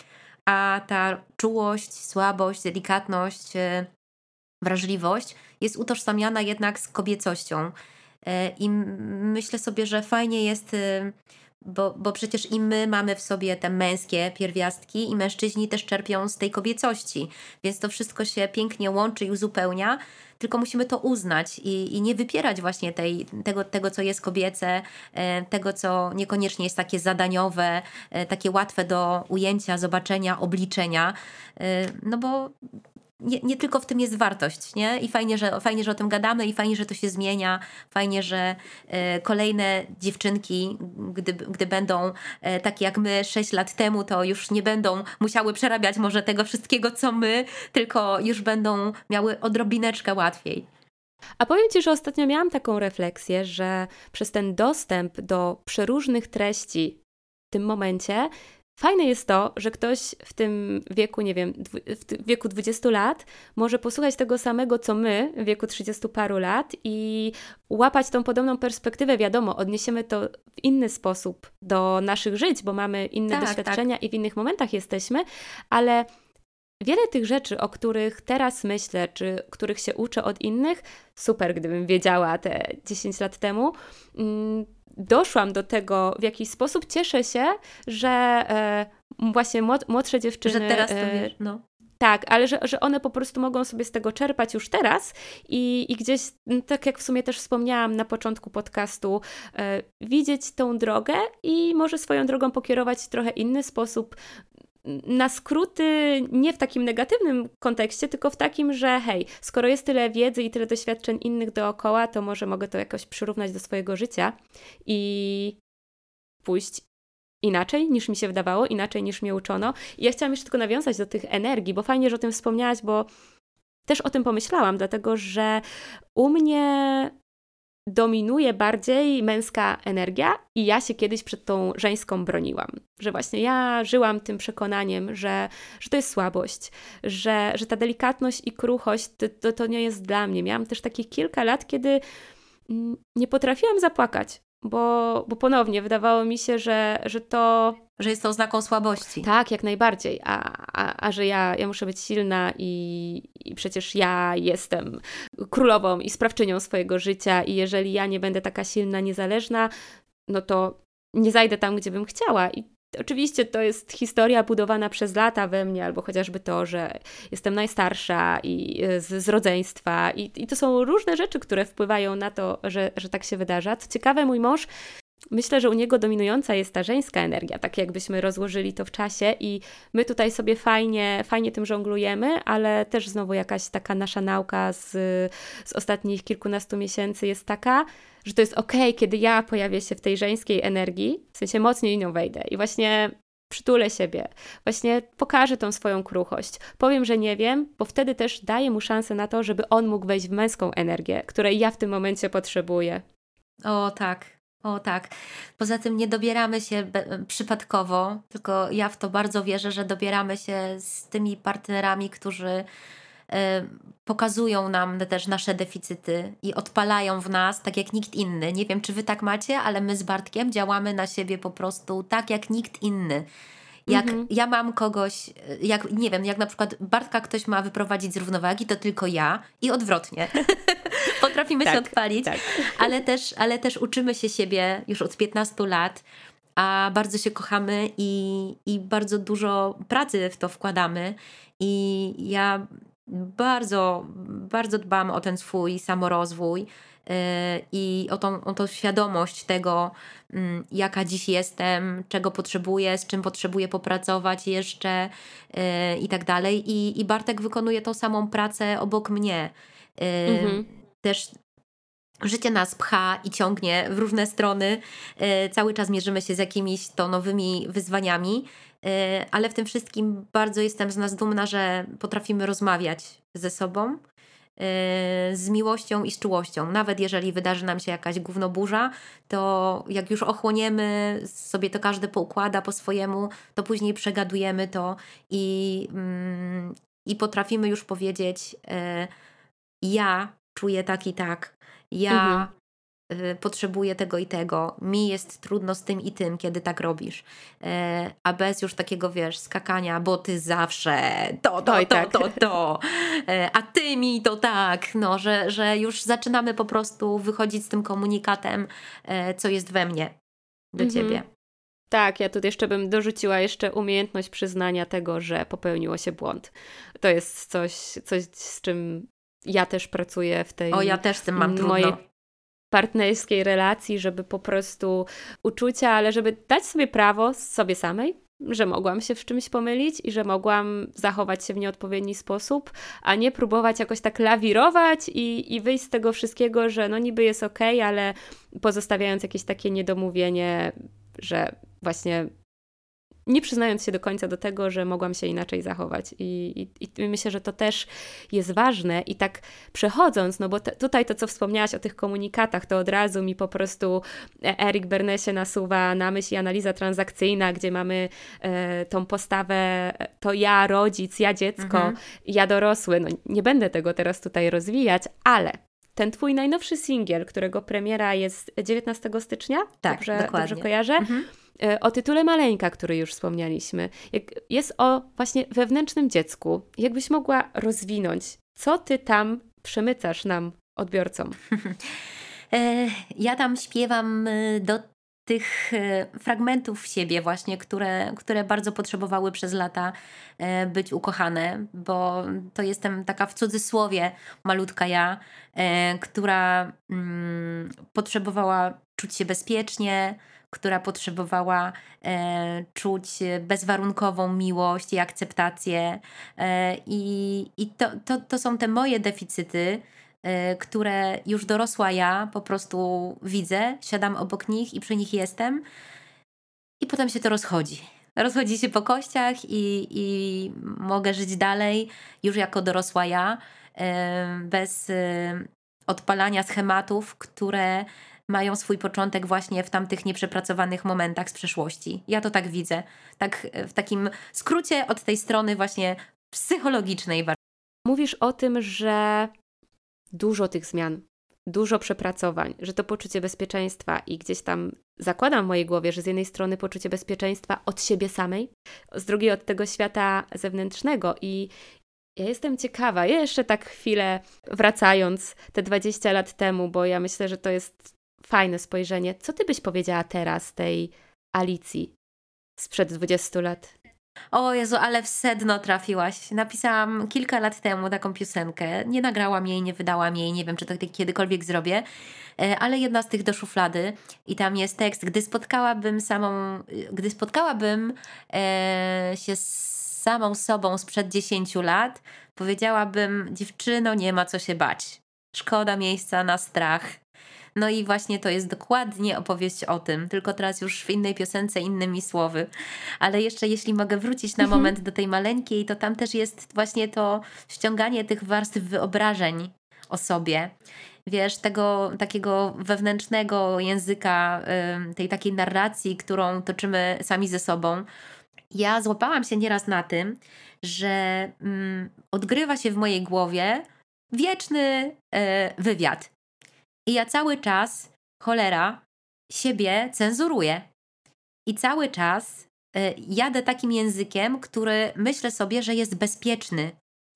A ta czułość, słabość, delikatność, wrażliwość jest utożsamiana jednak z kobiecością. I myślę sobie, że fajnie jest, bo, bo przecież i my mamy w sobie te męskie pierwiastki i mężczyźni też czerpią z tej kobiecości, więc to wszystko się pięknie łączy i uzupełnia, tylko musimy to uznać i, i nie wypierać właśnie tej, tego, tego, co jest kobiece, tego, co niekoniecznie jest takie zadaniowe, takie łatwe do ujęcia, zobaczenia, obliczenia, no bo Nie, nie tylko w tym jest wartość, nie? I fajnie że, fajnie, że o tym gadamy i fajnie, że to się zmienia. Fajnie, że e, kolejne dziewczynki, gdy, gdy będą e, takie jak my sześć lat temu, to już nie będą musiały przerabiać może tego wszystkiego, co my, tylko już będą miały odrobineczkę łatwiej. A powiem Ci, że ostatnio miałam taką refleksję, że przez ten dostęp do przeróżnych treści w tym momencie fajne jest to, że ktoś w tym wieku, nie wiem, w wieku dwudziestu lat może posłuchać tego samego, co my w wieku trzydziestu paru lat i łapać tą podobną perspektywę. Wiadomo, odniesiemy to w inny sposób do naszych żyć, bo mamy inne tak, doświadczenia tak. i w innych momentach jesteśmy, ale wiele tych rzeczy, o których teraz myślę, czy których się uczę od innych, super, gdybym wiedziała te dziesięć lat temu, mm, doszłam do tego w jakiś sposób. Cieszę się, że e, właśnie młodsze dziewczyny... Że teraz to wiesz, no. Tak, ale że, że one po prostu mogą sobie z tego czerpać już teraz i, i gdzieś, tak jak w sumie też wspomniałam na początku podcastu, e, widzieć tą drogę i może swoją drogą pokierować w trochę inny sposób, na skróty nie w takim negatywnym kontekście, tylko w takim, że hej, skoro jest tyle wiedzy i tyle doświadczeń innych dookoła, to może mogę to jakoś przyrównać do swojego życia i pójść inaczej niż mi się wydawało, inaczej niż mnie uczono. I ja chciałam jeszcze tylko nawiązać do tych energii, bo fajnie, że o tym wspomniałaś, bo też o tym pomyślałam, dlatego że u mnie dominuje bardziej męska energia i ja się kiedyś przed tą żeńską broniłam. Że właśnie ja żyłam tym przekonaniem, że, że to jest słabość, że, że ta delikatność i kruchość to, to, to nie jest dla mnie. Miałam też takich kilka lat, kiedy nie potrafiłam zapłakać, bo, bo ponownie wydawało mi się, że, że to... Że jest to oznaką słabości. Tak, jak najbardziej. A, a, a że ja, ja muszę być silna i, i przecież ja jestem królową i sprawczynią swojego życia i jeżeli ja nie będę taka silna, niezależna, no to nie zajdę tam, gdzie bym chciała. I oczywiście to jest historia budowana przez lata we mnie, albo chociażby to, że jestem najstarsza i z, z rodzeństwa i, i to są różne rzeczy, które wpływają na to, że, że tak się wydarza. Co ciekawe, mój mąż myślę, że u niego dominująca jest ta żeńska energia, tak jakbyśmy rozłożyli to w czasie i my tutaj sobie fajnie, fajnie tym żonglujemy, ale też znowu jakaś taka nasza nauka z, z ostatnich kilkunastu miesięcy jest taka, że to jest okej, kiedy ja pojawię się w tej żeńskiej energii, w sensie mocniej nią wejdę i właśnie przytulę siebie, właśnie pokażę tą swoją kruchość. Powiem, że nie wiem, bo wtedy też daję mu szansę na to, żeby on mógł wejść w męską energię, której ja w tym momencie potrzebuję. O tak, o tak. Poza tym nie dobieramy się be- przypadkowo, tylko ja w to bardzo wierzę, że dobieramy się z tymi partnerami, którzy e, pokazują nam też nasze deficyty i odpalają w nas tak jak nikt inny. Nie wiem, czy wy tak macie, ale my z Bartkiem działamy na siebie po prostu tak jak nikt inny. Jak Mhm. ja mam kogoś, jak nie wiem, jak na przykład Bartka ktoś ma wyprowadzić z równowagi, to tylko ja i odwrotnie. Potrafimy się Tak, odpalić, tak. ale też, ale też uczymy się siebie już od piętnastu lat, a bardzo się kochamy i, i bardzo dużo pracy w to wkładamy. I ja bardzo, bardzo dbam o ten swój samorozwój yy, i o tą, o tą świadomość tego, mm, jaka dziś jestem, czego potrzebuję, z czym potrzebuję popracować jeszcze yy, i tak dalej. I, I Bartek wykonuje tą samą pracę obok mnie. Yy, Mhm. Też życie nas pcha i ciągnie w różne strony. Yy, cały czas mierzymy się z jakimiś to nowymi wyzwaniami, yy, ale w tym wszystkim bardzo jestem z nas dumna, że potrafimy rozmawiać ze sobą yy, z miłością i z czułością. Nawet jeżeli wydarzy nam się jakaś gównoburza, to jak już ochłoniemy, sobie to każdy poukłada po swojemu, to później przegadujemy to i, mm, i potrafimy już powiedzieć yy, ja czuję tak i tak, Mhm. ja y, potrzebuję tego i tego, mi jest trudno z tym i tym, kiedy tak robisz. E, a bez już takiego, wiesz, skakania, bo ty zawsze to, to, Oj, to, tak. to, to, e, a ty mi to tak, no, że, że już zaczynamy po prostu wychodzić z tym komunikatem, e, co jest we mnie do Mhm. ciebie. Tak, ja tu jeszcze bym dorzuciła jeszcze umiejętność przyznania tego, że popełniło się błąd. To jest coś, coś z czym ja też pracuję w tej O, ja też z tym mam trudno. mojej partnerskiej relacji, żeby po prostu uczucia, ale żeby dać sobie prawo sobie samej, że mogłam się w czymś pomylić i że mogłam zachować się w nieodpowiedni sposób, a nie próbować jakoś tak lawirować i, i wyjść z tego wszystkiego, że no niby jest okej, ale pozostawiając jakieś takie niedomówienie, że właśnie nie przyznając się do końca do tego, że mogłam się inaczej zachować. I, i, i myślę, że to też jest ważne. I tak przechodząc, no bo te, tutaj to, co wspomniałaś o tych komunikatach, to od razu mi po prostu Eric Berne się nasuwa na myśl i analiza transakcyjna, gdzie mamy e, tą postawę to ja, rodzic, ja dziecko, Mhm. ja dorosły. No nie będę tego teraz tutaj rozwijać, ale ten twój najnowszy singiel, którego premiera jest dziewiętnastego stycznia, Tak, dobrze, dokładnie. dobrze kojarzę? Mhm. O tytule Maleńka, który już wspomnieliśmy. Jak jest o właśnie wewnętrznym dziecku. Jakbyś mogła rozwinąć, co ty tam przemycasz nam, odbiorcom? E, Ja tam śpiewam y, do tych e, fragmentów siebie właśnie, które, które bardzo potrzebowały przez lata e, być ukochane, bo to jestem taka w cudzysłowie malutka ja, e, która mm, potrzebowała czuć się bezpiecznie, która potrzebowała e, czuć bezwarunkową miłość i akceptację. E, I i to, to, to są te moje deficyty, y, które już dorosła ja po prostu widzę, siadam obok nich i przy nich jestem i potem się to rozchodzi. Rozchodzi się po kościach i, i mogę żyć dalej już jako dorosła ja, y, bez y, odpalania schematów, które mają swój początek właśnie w tamtych nieprzepracowanych momentach z przeszłości. Ja to tak widzę. Tak y, w takim skrócie od tej strony właśnie psychologicznej. Mówisz o tym, że dużo tych zmian, dużo przepracowań, że to poczucie bezpieczeństwa i gdzieś tam zakładam w mojej głowie, że z jednej strony poczucie bezpieczeństwa od siebie samej, z drugiej od tego świata zewnętrznego i ja jestem ciekawa, jeszcze tak chwilę wracając te dwadzieścia lat temu, bo ja myślę, że to jest fajne spojrzenie. Co ty byś powiedziała teraz tej Alicji sprzed dwudziestu lat? O Jezu, ale w sedno trafiłaś. Napisałam kilka lat temu taką piosenkę. Nie nagrałam jej, nie wydałam jej, nie wiem, czy to kiedykolwiek zrobię, e, ale jedna z tych do szuflady i tam jest tekst, gdy spotkałabym samą, gdy spotkałabym e, się z samą sobą sprzed dziesięciu lat, powiedziałabym, dziewczyno, nie ma co się bać. Szkoda miejsca na strach. No i właśnie to jest dokładnie opowieść o tym, tylko teraz już w innej piosence, innymi słowy. Ale jeszcze jeśli mogę wrócić na Mhm. moment do tej maleńkiej, to tam też jest właśnie to ściąganie tych warstw wyobrażeń o sobie. Wiesz, tego takiego wewnętrznego języka, ym, tej takiej narracji, którą toczymy sami ze sobą. Ja złapałam się nieraz na tym, że mm, odgrywa się w mojej głowie wieczny e, wywiad. I ja cały czas, cholera, siebie cenzuruję. I cały czas y, jadę takim językiem, który myślę sobie, że jest bezpieczny.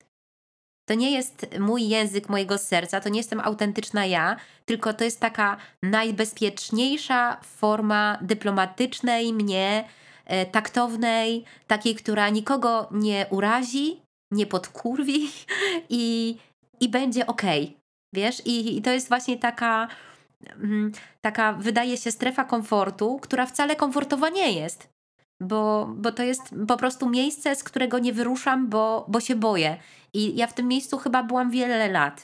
To nie jest mój język mojego serca, to nie jestem autentyczna ja, tylko to jest taka najbezpieczniejsza forma dyplomatycznej mnie, e, taktownej, takiej, która nikogo nie urazi, nie podkurwi i, i będzie okej. Wiesz? I, I to jest właśnie taka, mm, taka, wydaje się, strefa komfortu, która wcale komfortowa nie jest. Bo, bo to jest po prostu miejsce, z którego nie wyruszam, bo, bo się boję. I ja w tym miejscu chyba byłam wiele lat.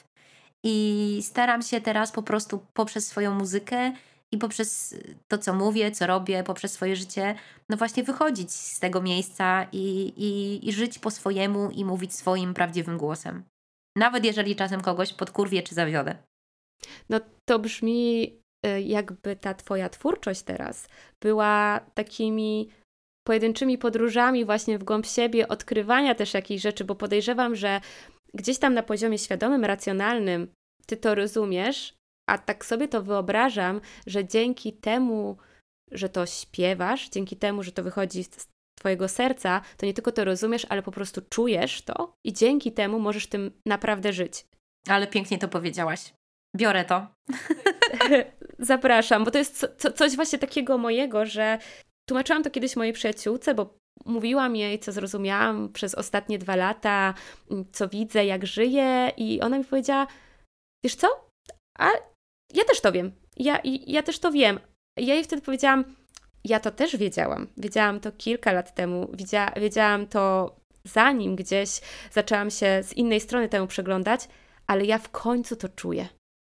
I staram się teraz po prostu poprzez swoją muzykę i poprzez to, co mówię, co robię, poprzez swoje życie, no właśnie wychodzić z tego miejsca i, i, i żyć po swojemu i mówić swoim prawdziwym głosem. Nawet jeżeli czasem kogoś podkurwię czy zawiodę. No to brzmi, y, jakby ta twoja twórczość teraz była takimi pojedynczymi podróżami właśnie w głąb siebie, odkrywania też jakichś rzeczy, bo podejrzewam, że gdzieś tam na poziomie świadomym, racjonalnym ty to rozumiesz, a tak sobie to wyobrażam, że dzięki temu, że to śpiewasz, dzięki temu, że to wychodzi z twojego serca, to nie tylko to rozumiesz, ale po prostu czujesz to i dzięki temu możesz tym naprawdę żyć. Ale pięknie to powiedziałaś. Biorę to. Zapraszam, bo to jest co, co, coś właśnie takiego mojego, że tłumaczyłam to kiedyś mojej przyjaciółce, bo mówiłam jej, co zrozumiałam przez ostatnie dwa lata, co widzę, jak żyję i ona mi powiedziała, wiesz co, a ja też to wiem, ja, ja też to wiem. Ja jej wtedy powiedziałam, ja to też wiedziałam, wiedziałam to kilka lat temu, wiedzia, wiedziałam to zanim gdzieś zaczęłam się z innej strony temu przyglądać, ale ja w końcu to czuję.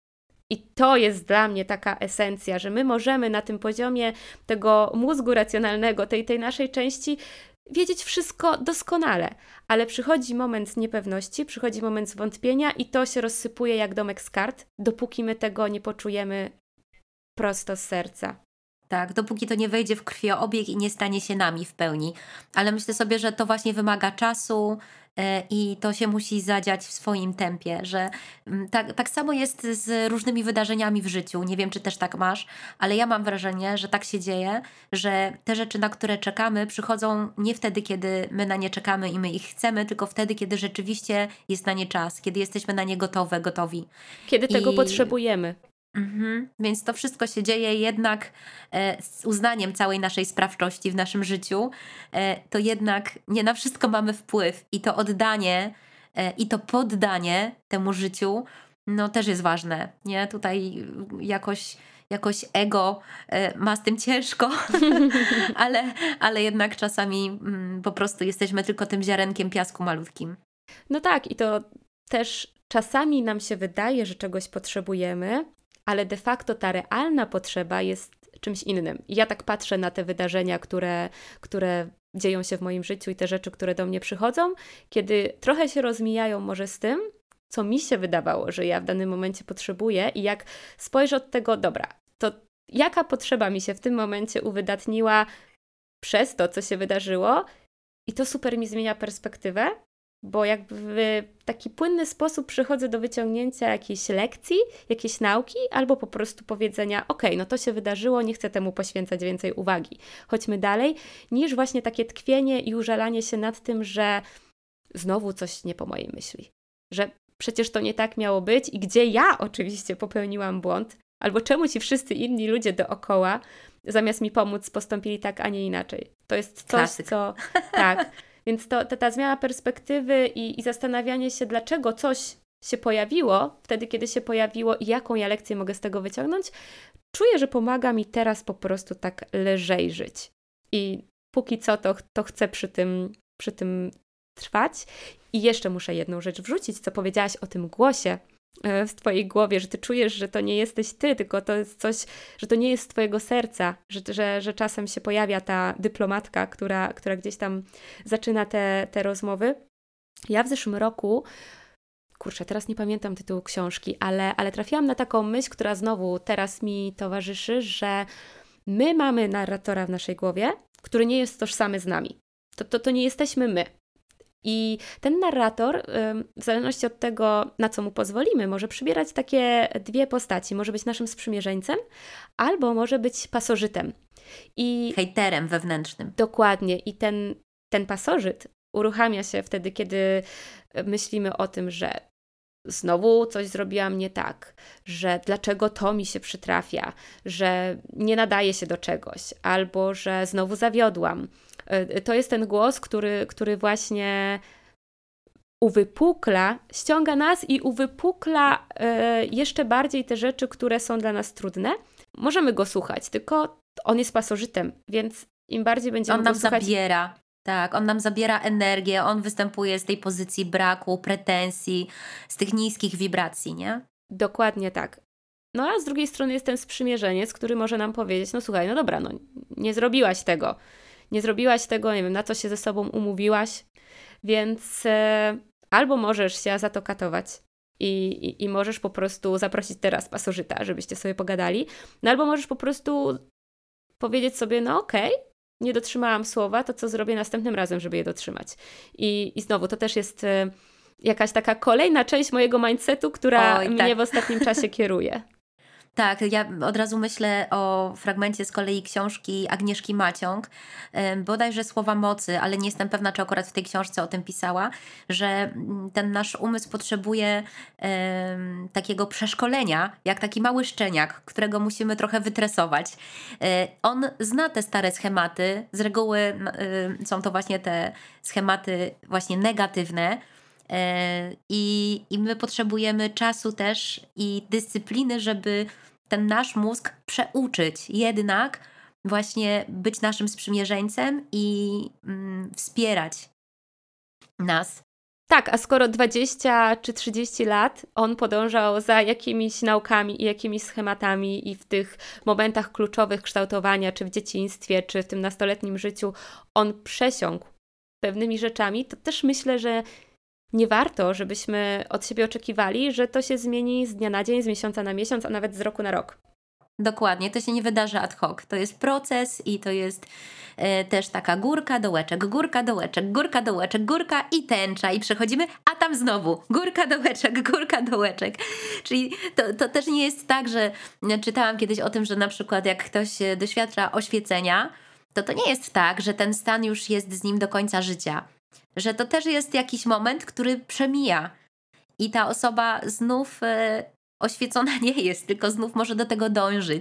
I to jest dla mnie taka esencja, że my możemy na tym poziomie tego mózgu racjonalnego, tej, tej naszej części wiedzieć wszystko doskonale, ale przychodzi moment niepewności, przychodzi moment zwątpienia i to się rozsypuje jak domek z kart, dopóki my tego nie poczujemy prosto z serca. Tak, dopóki to nie wejdzie w krwiobieg i nie stanie się nami w pełni. Ale myślę sobie, że to właśnie wymaga czasu e, i to się musi zadziać w swoim tempie, że mm, tak, tak samo jest z różnymi wydarzeniami w życiu. Nie wiem, czy też tak masz, ale ja mam wrażenie, że tak się dzieje, że te rzeczy, na które czekamy, przychodzą nie wtedy, kiedy my na nie czekamy i my ich chcemy, tylko wtedy, kiedy rzeczywiście jest na nie czas, kiedy jesteśmy na nie gotowe, gotowi. Kiedy tego I- potrzebujemy. Mhm. Więc to wszystko się dzieje jednak e, z uznaniem całej naszej sprawczości w naszym życiu. E, to jednak nie na wszystko mamy wpływ i to oddanie e, i to poddanie temu życiu no też jest ważne. Nie? Tutaj jakoś, jakoś ego e, ma z tym ciężko, ale, ale jednak czasami mm, po prostu jesteśmy tylko tym ziarenkiem piasku malutkim. No tak, i to też czasami nam się wydaje, że czegoś potrzebujemy, ale de facto ta realna potrzeba jest czymś innym. I ja tak patrzę na te wydarzenia, które, które dzieją się w moim życiu i te rzeczy, które do mnie przychodzą, kiedy trochę się rozmijają może z tym, co mi się wydawało, że ja w danym momencie potrzebuję i jak spojrzę od tego, dobra, to jaka potrzeba mi się w tym momencie uwydatniła przez to, co się wydarzyło i to super mi zmienia perspektywę, bo jakby w taki płynny sposób przychodzę do wyciągnięcia jakiejś lekcji, jakiejś nauki, albo po prostu powiedzenia, okej, no to się wydarzyło, nie chcę temu poświęcać więcej uwagi. Chodźmy dalej, niż właśnie takie tkwienie i użalanie się nad tym, że znowu coś nie po mojej myśli. Że przecież to nie tak miało być i gdzie ja oczywiście popełniłam błąd, albo czemu ci wszyscy inni ludzie dookoła, zamiast mi pomóc, postąpili tak, a nie inaczej. To jest coś, Klasyk. co... Tak, więc to, to ta zmiana perspektywy i, i zastanawianie się, dlaczego coś się pojawiło, wtedy kiedy się pojawiło i jaką ja lekcję mogę z tego wyciągnąć, czuję, że pomaga mi teraz po prostu tak lżej żyć. I póki co to, to chcę przy tym, przy tym trwać. I jeszcze muszę jedną rzecz wrzucić, co powiedziałaś o tym głosie w twojej głowie, że ty czujesz, że to nie jesteś ty, tylko to jest coś, że to nie jest z twojego serca, że, że, że czasem się pojawia ta dyplomatka, która, która gdzieś tam zaczyna te, te rozmowy. Ja w zeszłym roku, kurczę, teraz nie pamiętam tytułu książki, ale, ale trafiłam na taką myśl, która znowu teraz mi towarzyszy, że my mamy narratora w naszej głowie, który nie jest tożsamy z nami. To, to, to nie jesteśmy my. I ten narrator, w zależności od tego, na co mu pozwolimy, może przybierać takie dwie postaci. Może być naszym sprzymierzeńcem, albo może być pasożytem. I hejterem wewnętrznym. Dokładnie. I ten, ten pasożyt uruchamia się wtedy, kiedy myślimy o tym, że znowu coś zrobiłam nie tak, że dlaczego to mi się przytrafia, że nie nadaje się do czegoś, albo że znowu zawiodłam. To jest ten głos, który, który właśnie uwypukla, ściąga nas i uwypukla e, jeszcze bardziej te rzeczy, które są dla nas trudne. Możemy go słuchać, tylko on jest pasożytem, więc im bardziej będziemy on nam go słuchać... zabiera. Tak, on nam zabiera energię, on występuje z tej pozycji braku, pretensji, z tych niskich wibracji, nie? Dokładnie tak. No a z drugiej strony jest ten sprzymierzeniec, który może nam powiedzieć, no słuchaj, no dobra, no nie zrobiłaś tego. Nie zrobiłaś tego, nie wiem, na co się ze sobą umówiłaś, więc e, albo możesz się za to katować i, i, i możesz po prostu zaprosić teraz pasożyta, żebyście sobie pogadali, no albo możesz po prostu powiedzieć sobie, no okej, okay, nie dotrzymałam słowa, to co zrobię następnym razem, żeby je dotrzymać. I, i znowu, to też jest e, jakaś taka kolejna część mojego mindsetu, która Oj, mnie tak. w ostatnim czasie kieruje. Tak, ja od razu myślę o fragmencie z kolei książki Agnieszki Maciąg, bodajże Słowa mocy, ale nie jestem pewna, czy akurat w tej książce o tym pisała, że ten nasz umysł potrzebuje um, takiego przeszkolenia, jak taki mały szczeniak, którego musimy trochę wytresować. On zna te stare schematy, z reguły um, są to właśnie te schematy właśnie negatywne, I, I my potrzebujemy czasu też i dyscypliny, żeby ten nasz mózg przeuczyć, jednak właśnie być naszym sprzymierzeńcem i mm, wspierać nas. Tak, a skoro dwadzieścia czy trzydzieści lat on podążał za jakimiś naukami i jakimiś schematami i w tych momentach kluczowych kształtowania, czy w dzieciństwie, czy w tym nastoletnim życiu, on przesiąkł pewnymi rzeczami, to też myślę, że nie warto, żebyśmy od siebie oczekiwali, że to się zmieni z dnia na dzień, z miesiąca na miesiąc, a nawet z roku na rok. Dokładnie, to się nie wydarzy ad hoc. To jest proces i to jest e, też taka górka, dołeczek, górka, dołeczek, górka, dołeczek, górka i tęcza i przechodzimy, a tam znowu górka, dołeczek, górka, dołeczek. Czyli to, to też nie jest tak, że czytałam kiedyś o tym, że na przykład jak ktoś doświadcza oświecenia, to to nie jest tak, że ten stan już jest z nim do końca życia. Że to też jest jakiś moment, który przemija i ta osoba znów e, oświecona nie jest, tylko znów może do tego dążyć.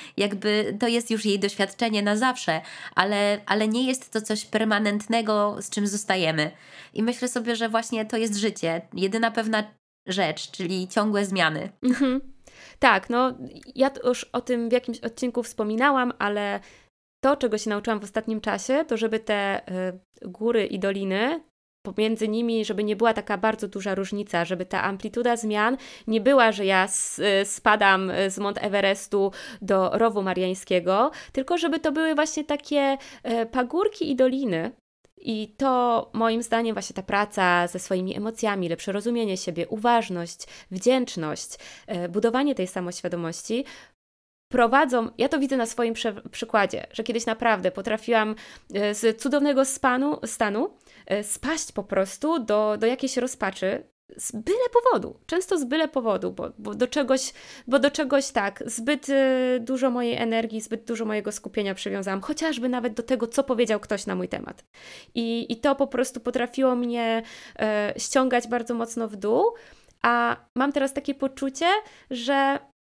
Jakby to jest już jej doświadczenie na zawsze, ale, ale nie jest to coś permanentnego, z czym zostajemy. I myślę sobie, że właśnie to jest życie. Jedyna pewna rzecz, czyli ciągłe zmiany. Mhm. Tak, no ja już o tym w jakimś odcinku wspominałam, ale to, czego się nauczyłam w ostatnim czasie, to żeby te y, góry i doliny, pomiędzy nimi, żeby nie była taka bardzo duża różnica, żeby ta amplituda zmian nie była, że ja s, y, spadam z Mount Everestu do Rowu Mariańskiego, tylko żeby to były właśnie takie y, pagórki i doliny. I to moim zdaniem właśnie ta praca ze swoimi emocjami, lepsze rozumienie siebie, uważność, wdzięczność, y, budowanie tej samoświadomości prowadzą, ja to widzę na swoim prze, przykładzie, że kiedyś naprawdę potrafiłam z cudownego spanu, stanu spaść po prostu do, do jakiejś rozpaczy z byle powodu, często z byle powodu, bo, bo, do czegoś, bo do czegoś tak, zbyt dużo mojej energii, zbyt dużo mojego skupienia przywiązałam, chociażby nawet do tego, co powiedział ktoś na mój temat. I, i to po prostu potrafiło mnie e, ściągać bardzo mocno w dół, a mam teraz takie poczucie, że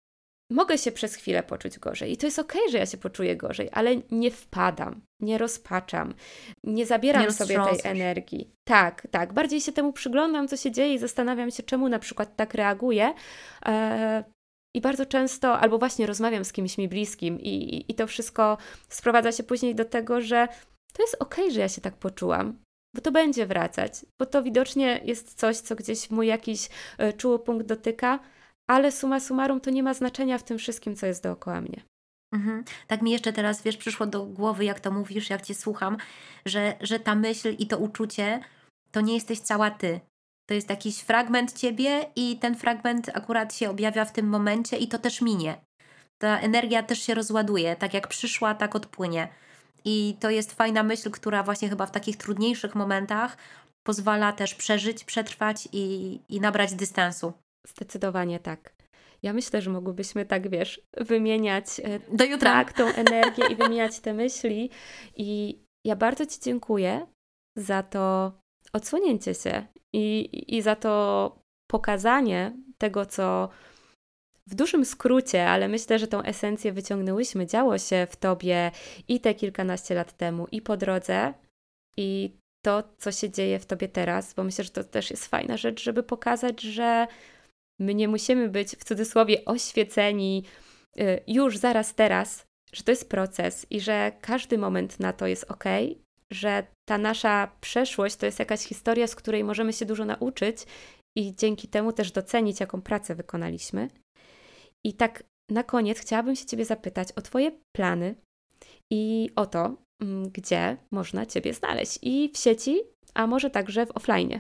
mogę się przez chwilę poczuć gorzej i to jest okej, że ja się poczuję gorzej, ale nie wpadam, nie rozpaczam, nie zabieram Nie sobie tej roztrząsasz. energii. Tak, tak. Bardziej się temu przyglądam, co się dzieje i zastanawiam się, czemu na przykład tak reaguję. E, I bardzo często, albo właśnie rozmawiam z kimś mi bliskim i, i to wszystko sprowadza się później do tego, że to jest okej, że ja się tak poczułam, bo to będzie wracać, bo to widocznie jest coś, co gdzieś mój jakiś e, czuły punkt dotyka, ale summa summarum to nie ma znaczenia w tym wszystkim, co jest dookoła mnie. Mhm. Tak mi jeszcze teraz, wiesz, przyszło do głowy, jak to mówisz, jak cię słucham, że, że ta myśl i to uczucie to nie jesteś cała ty. To jest jakiś fragment ciebie i ten fragment akurat się objawia w tym momencie i to też minie. Ta energia też się rozładuje, tak jak przyszła, tak odpłynie. I to jest fajna myśl, która właśnie chyba w takich trudniejszych momentach pozwala też przeżyć, przetrwać i, i nabrać dystansu. Zdecydowanie tak. Ja myślę, że mogłybyśmy tak, wiesz, wymieniać e, Do jutra. tak, tą energię i wymieniać te myśli. I ja bardzo Ci dziękuję za to odsłonięcie się i, i za to pokazanie tego, co w dużym skrócie, ale myślę, że tą esencję wyciągnęłyśmy, działo się w Tobie i te kilkanaście lat temu, i po drodze, i to, co się dzieje w Tobie teraz, bo myślę, że to też jest fajna rzecz, żeby pokazać, że my nie musimy być w cudzysłowie oświeceni y, już zaraz teraz, że to jest proces i że każdy moment na to jest okej, że ta nasza przeszłość to jest jakaś historia, z której możemy się dużo nauczyć i dzięki temu też docenić, jaką pracę wykonaliśmy. I tak na koniec chciałabym się Ciebie zapytać o Twoje plany i o to, mm, gdzie można Ciebie znaleźć i w sieci, a może także w offline.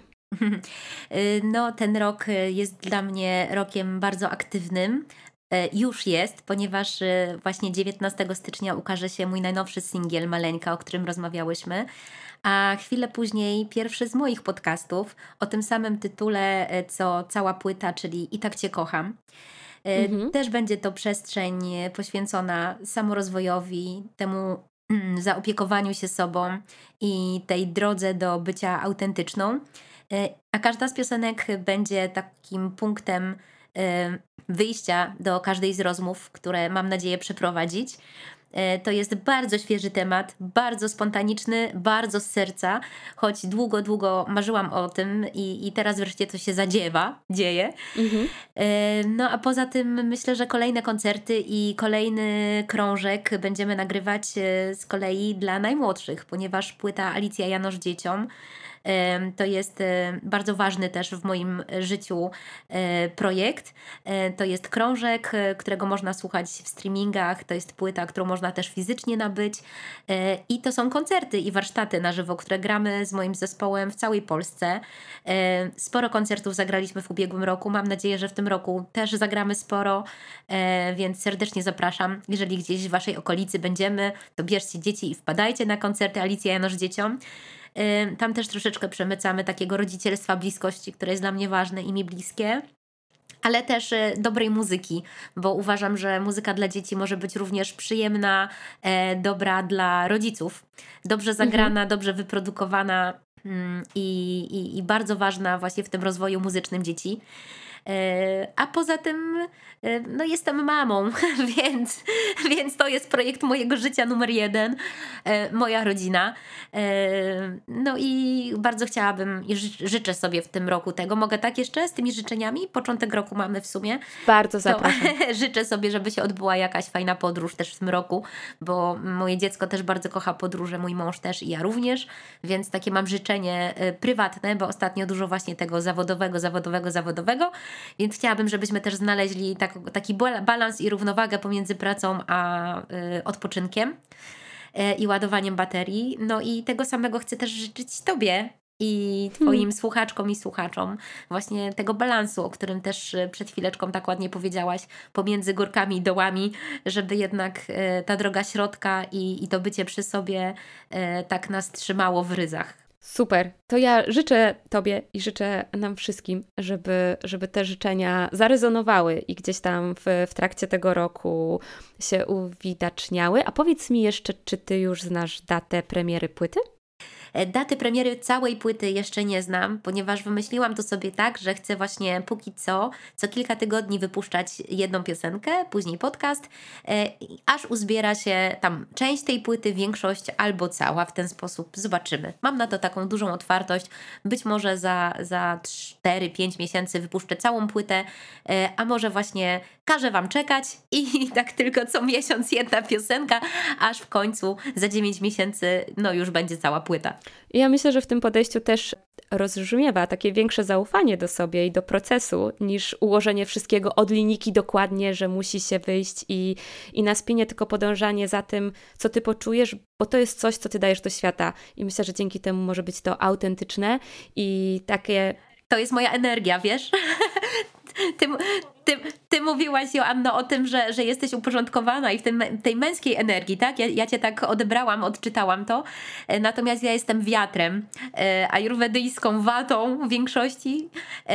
Y, No, ten rok y, jest dla mnie rokiem bardzo aktywnym. E, Już jest, ponieważ y, właśnie dziewiętnastego stycznia ukaże się mój najnowszy singiel Maleńka, o którym rozmawiałyśmy, a chwilę później pierwszy z moich podcastów o tym samym tytule, e, co cała płyta, czyli I tak Cię kocham. E, Mhm. Też będzie to przestrzeń e, poświęcona samorozwojowi, temu mm, zaopiekowaniu się sobą i tej drodze do bycia autentyczną. E, A każda z piosenek będzie takim punktem e, wyjścia do każdej z rozmów, które mam nadzieję przeprowadzić. E, To jest bardzo świeży temat, bardzo spontaniczny, bardzo z serca, choć długo, długo marzyłam o tym i, i teraz wreszcie to się zadziewa, dzieje. Mhm. E, No a poza tym myślę, że kolejne koncerty i kolejny krążek będziemy nagrywać e, z kolei dla najmłodszych, ponieważ płyta Alicja Janosz Dzieciom e, to jest e, bardzo ważny też w moim życiu e, projekt. E, To jest krążek, e, którego można słuchać w streamingach, to jest płyta, którą można też fizycznie nabyć e, i to są koncerty i warsztaty na żywo, które gramy z moim zespołem w całej Polsce. E, Sporo koncertów zagraliśmy w ubiegłym roku, mam nadzieję, że w tym roku też zagramy sporo, e, więc serdecznie zapraszam. Jeżeli gdzieś w Waszej okolicy będziemy, to bierzcie dzieci i wpadajcie na koncerty Alicja Janosz Dzieciom. E, Tam też troszeczkę przemycamy takiego rodzicielstwa, bliskości, które jest dla mnie ważne i mi bliskie, ale też e, dobrej muzyki, bo uważam, że muzyka dla dzieci może być również przyjemna, e, dobra dla rodziców. Dobrze zagrana, dobrze wyprodukowana mm, i, i, i bardzo ważna właśnie w tym rozwoju muzycznym dzieci. E, A poza tym, e, no jestem mamą, więc, więc to jest projekt mojego życia numer jeden, e, moja rodzina. E, No i bardzo chciałabym i ży- życzę sobie w tym roku tego. Mogę tak jeszcze z tymi życzeniami? Początek roku mamy w sumie. Bardzo To zapraszam. życzę sobie, żeby się odbyła jakaś fajna podróż też w tym roku, bo moje dziecko też bardzo kocha podróże, mój mąż też i ja również, więc takie mam życzenie y, prywatne, bo ostatnio dużo właśnie tego zawodowego, zawodowego, zawodowego, więc chciałabym, żebyśmy też znaleźli tak, taki bal- balans i równowagę pomiędzy pracą a y, odpoczynkiem y, i ładowaniem baterii. No i tego samego chcę też życzyć Tobie i Twoim Hmm. słuchaczkom i słuchaczom. Właśnie tego balansu, o którym też y, przed chwileczką tak ładnie powiedziałaś, pomiędzy górkami i dołami, żeby jednak y, ta droga środka i, i to bycie przy sobie y, tak nas trzymało w ryzach. Super. To ja życzę Tobie i życzę nam wszystkim, żeby, żeby te życzenia zarezonowały i gdzieś tam w, w trakcie tego roku się uwidaczniały. A powiedz mi jeszcze, czy Ty już znasz datę premiery płyty? Daty premiery całej płyty jeszcze nie znam, ponieważ wymyśliłam to sobie tak, że chcę właśnie póki co, co kilka tygodni wypuszczać jedną piosenkę, później podcast, aż uzbiera się tam część tej płyty, większość albo cała. W ten sposób zobaczymy. Mam na to taką dużą otwartość. Być może za, za cztery pięć miesięcy wypuszczę całą płytę, a może właśnie każę Wam czekać i tak tylko co miesiąc jedna piosenka, aż w końcu za dziewięć miesięcy no już będzie cała płyta. Ja myślę, że w tym podejściu też rozbrzmiewa takie większe zaufanie do sobie i do procesu, niż ułożenie wszystkiego od linijki dokładnie, że musi się wyjść i, i na spinie tylko podążanie za tym, co ty poczujesz, bo to jest coś, co ty dajesz do świata. I myślę, że dzięki temu może być to autentyczne i takie... To jest moja energia, wiesz? Ty, ty, ty mówiłaś, Joanno, o tym, że, że jesteś uporządkowana i w tym, tej męskiej energii, tak? Ja, ja cię tak odebrałam, odczytałam to. Natomiast ja jestem wiatrem, ajurwedyjską watą w większości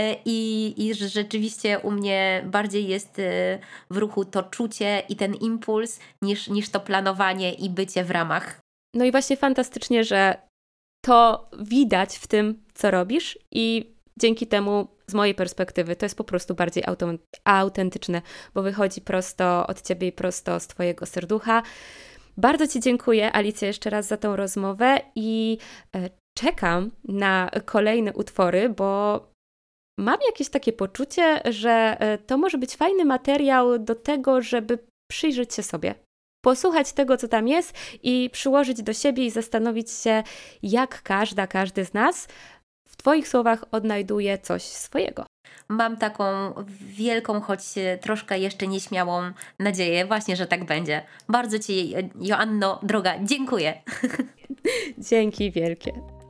i, i rzeczywiście u mnie bardziej jest w ruchu to czucie i ten impuls niż, niż to planowanie i bycie w ramach. No i właśnie fantastycznie, że to widać w tym, co robisz i dzięki temu z mojej perspektywy to jest po prostu bardziej autentyczne, bo wychodzi prosto od ciebie i prosto z twojego serducha. Bardzo ci dziękuję, Alicja, jeszcze raz za tą rozmowę i czekam na kolejne utwory, bo mam jakieś takie poczucie, że to może być fajny materiał do tego, żeby przyjrzeć się sobie. Posłuchać tego, co tam jest i przyłożyć do siebie i zastanowić się, jak każda, każdy z nas w twoich słowach odnajduje coś swojego. Mam taką wielką, choć troszkę jeszcze nieśmiałą nadzieję właśnie, że tak będzie. Bardzo ci, Joanno, droga, dziękuję. Dzięki wielkie.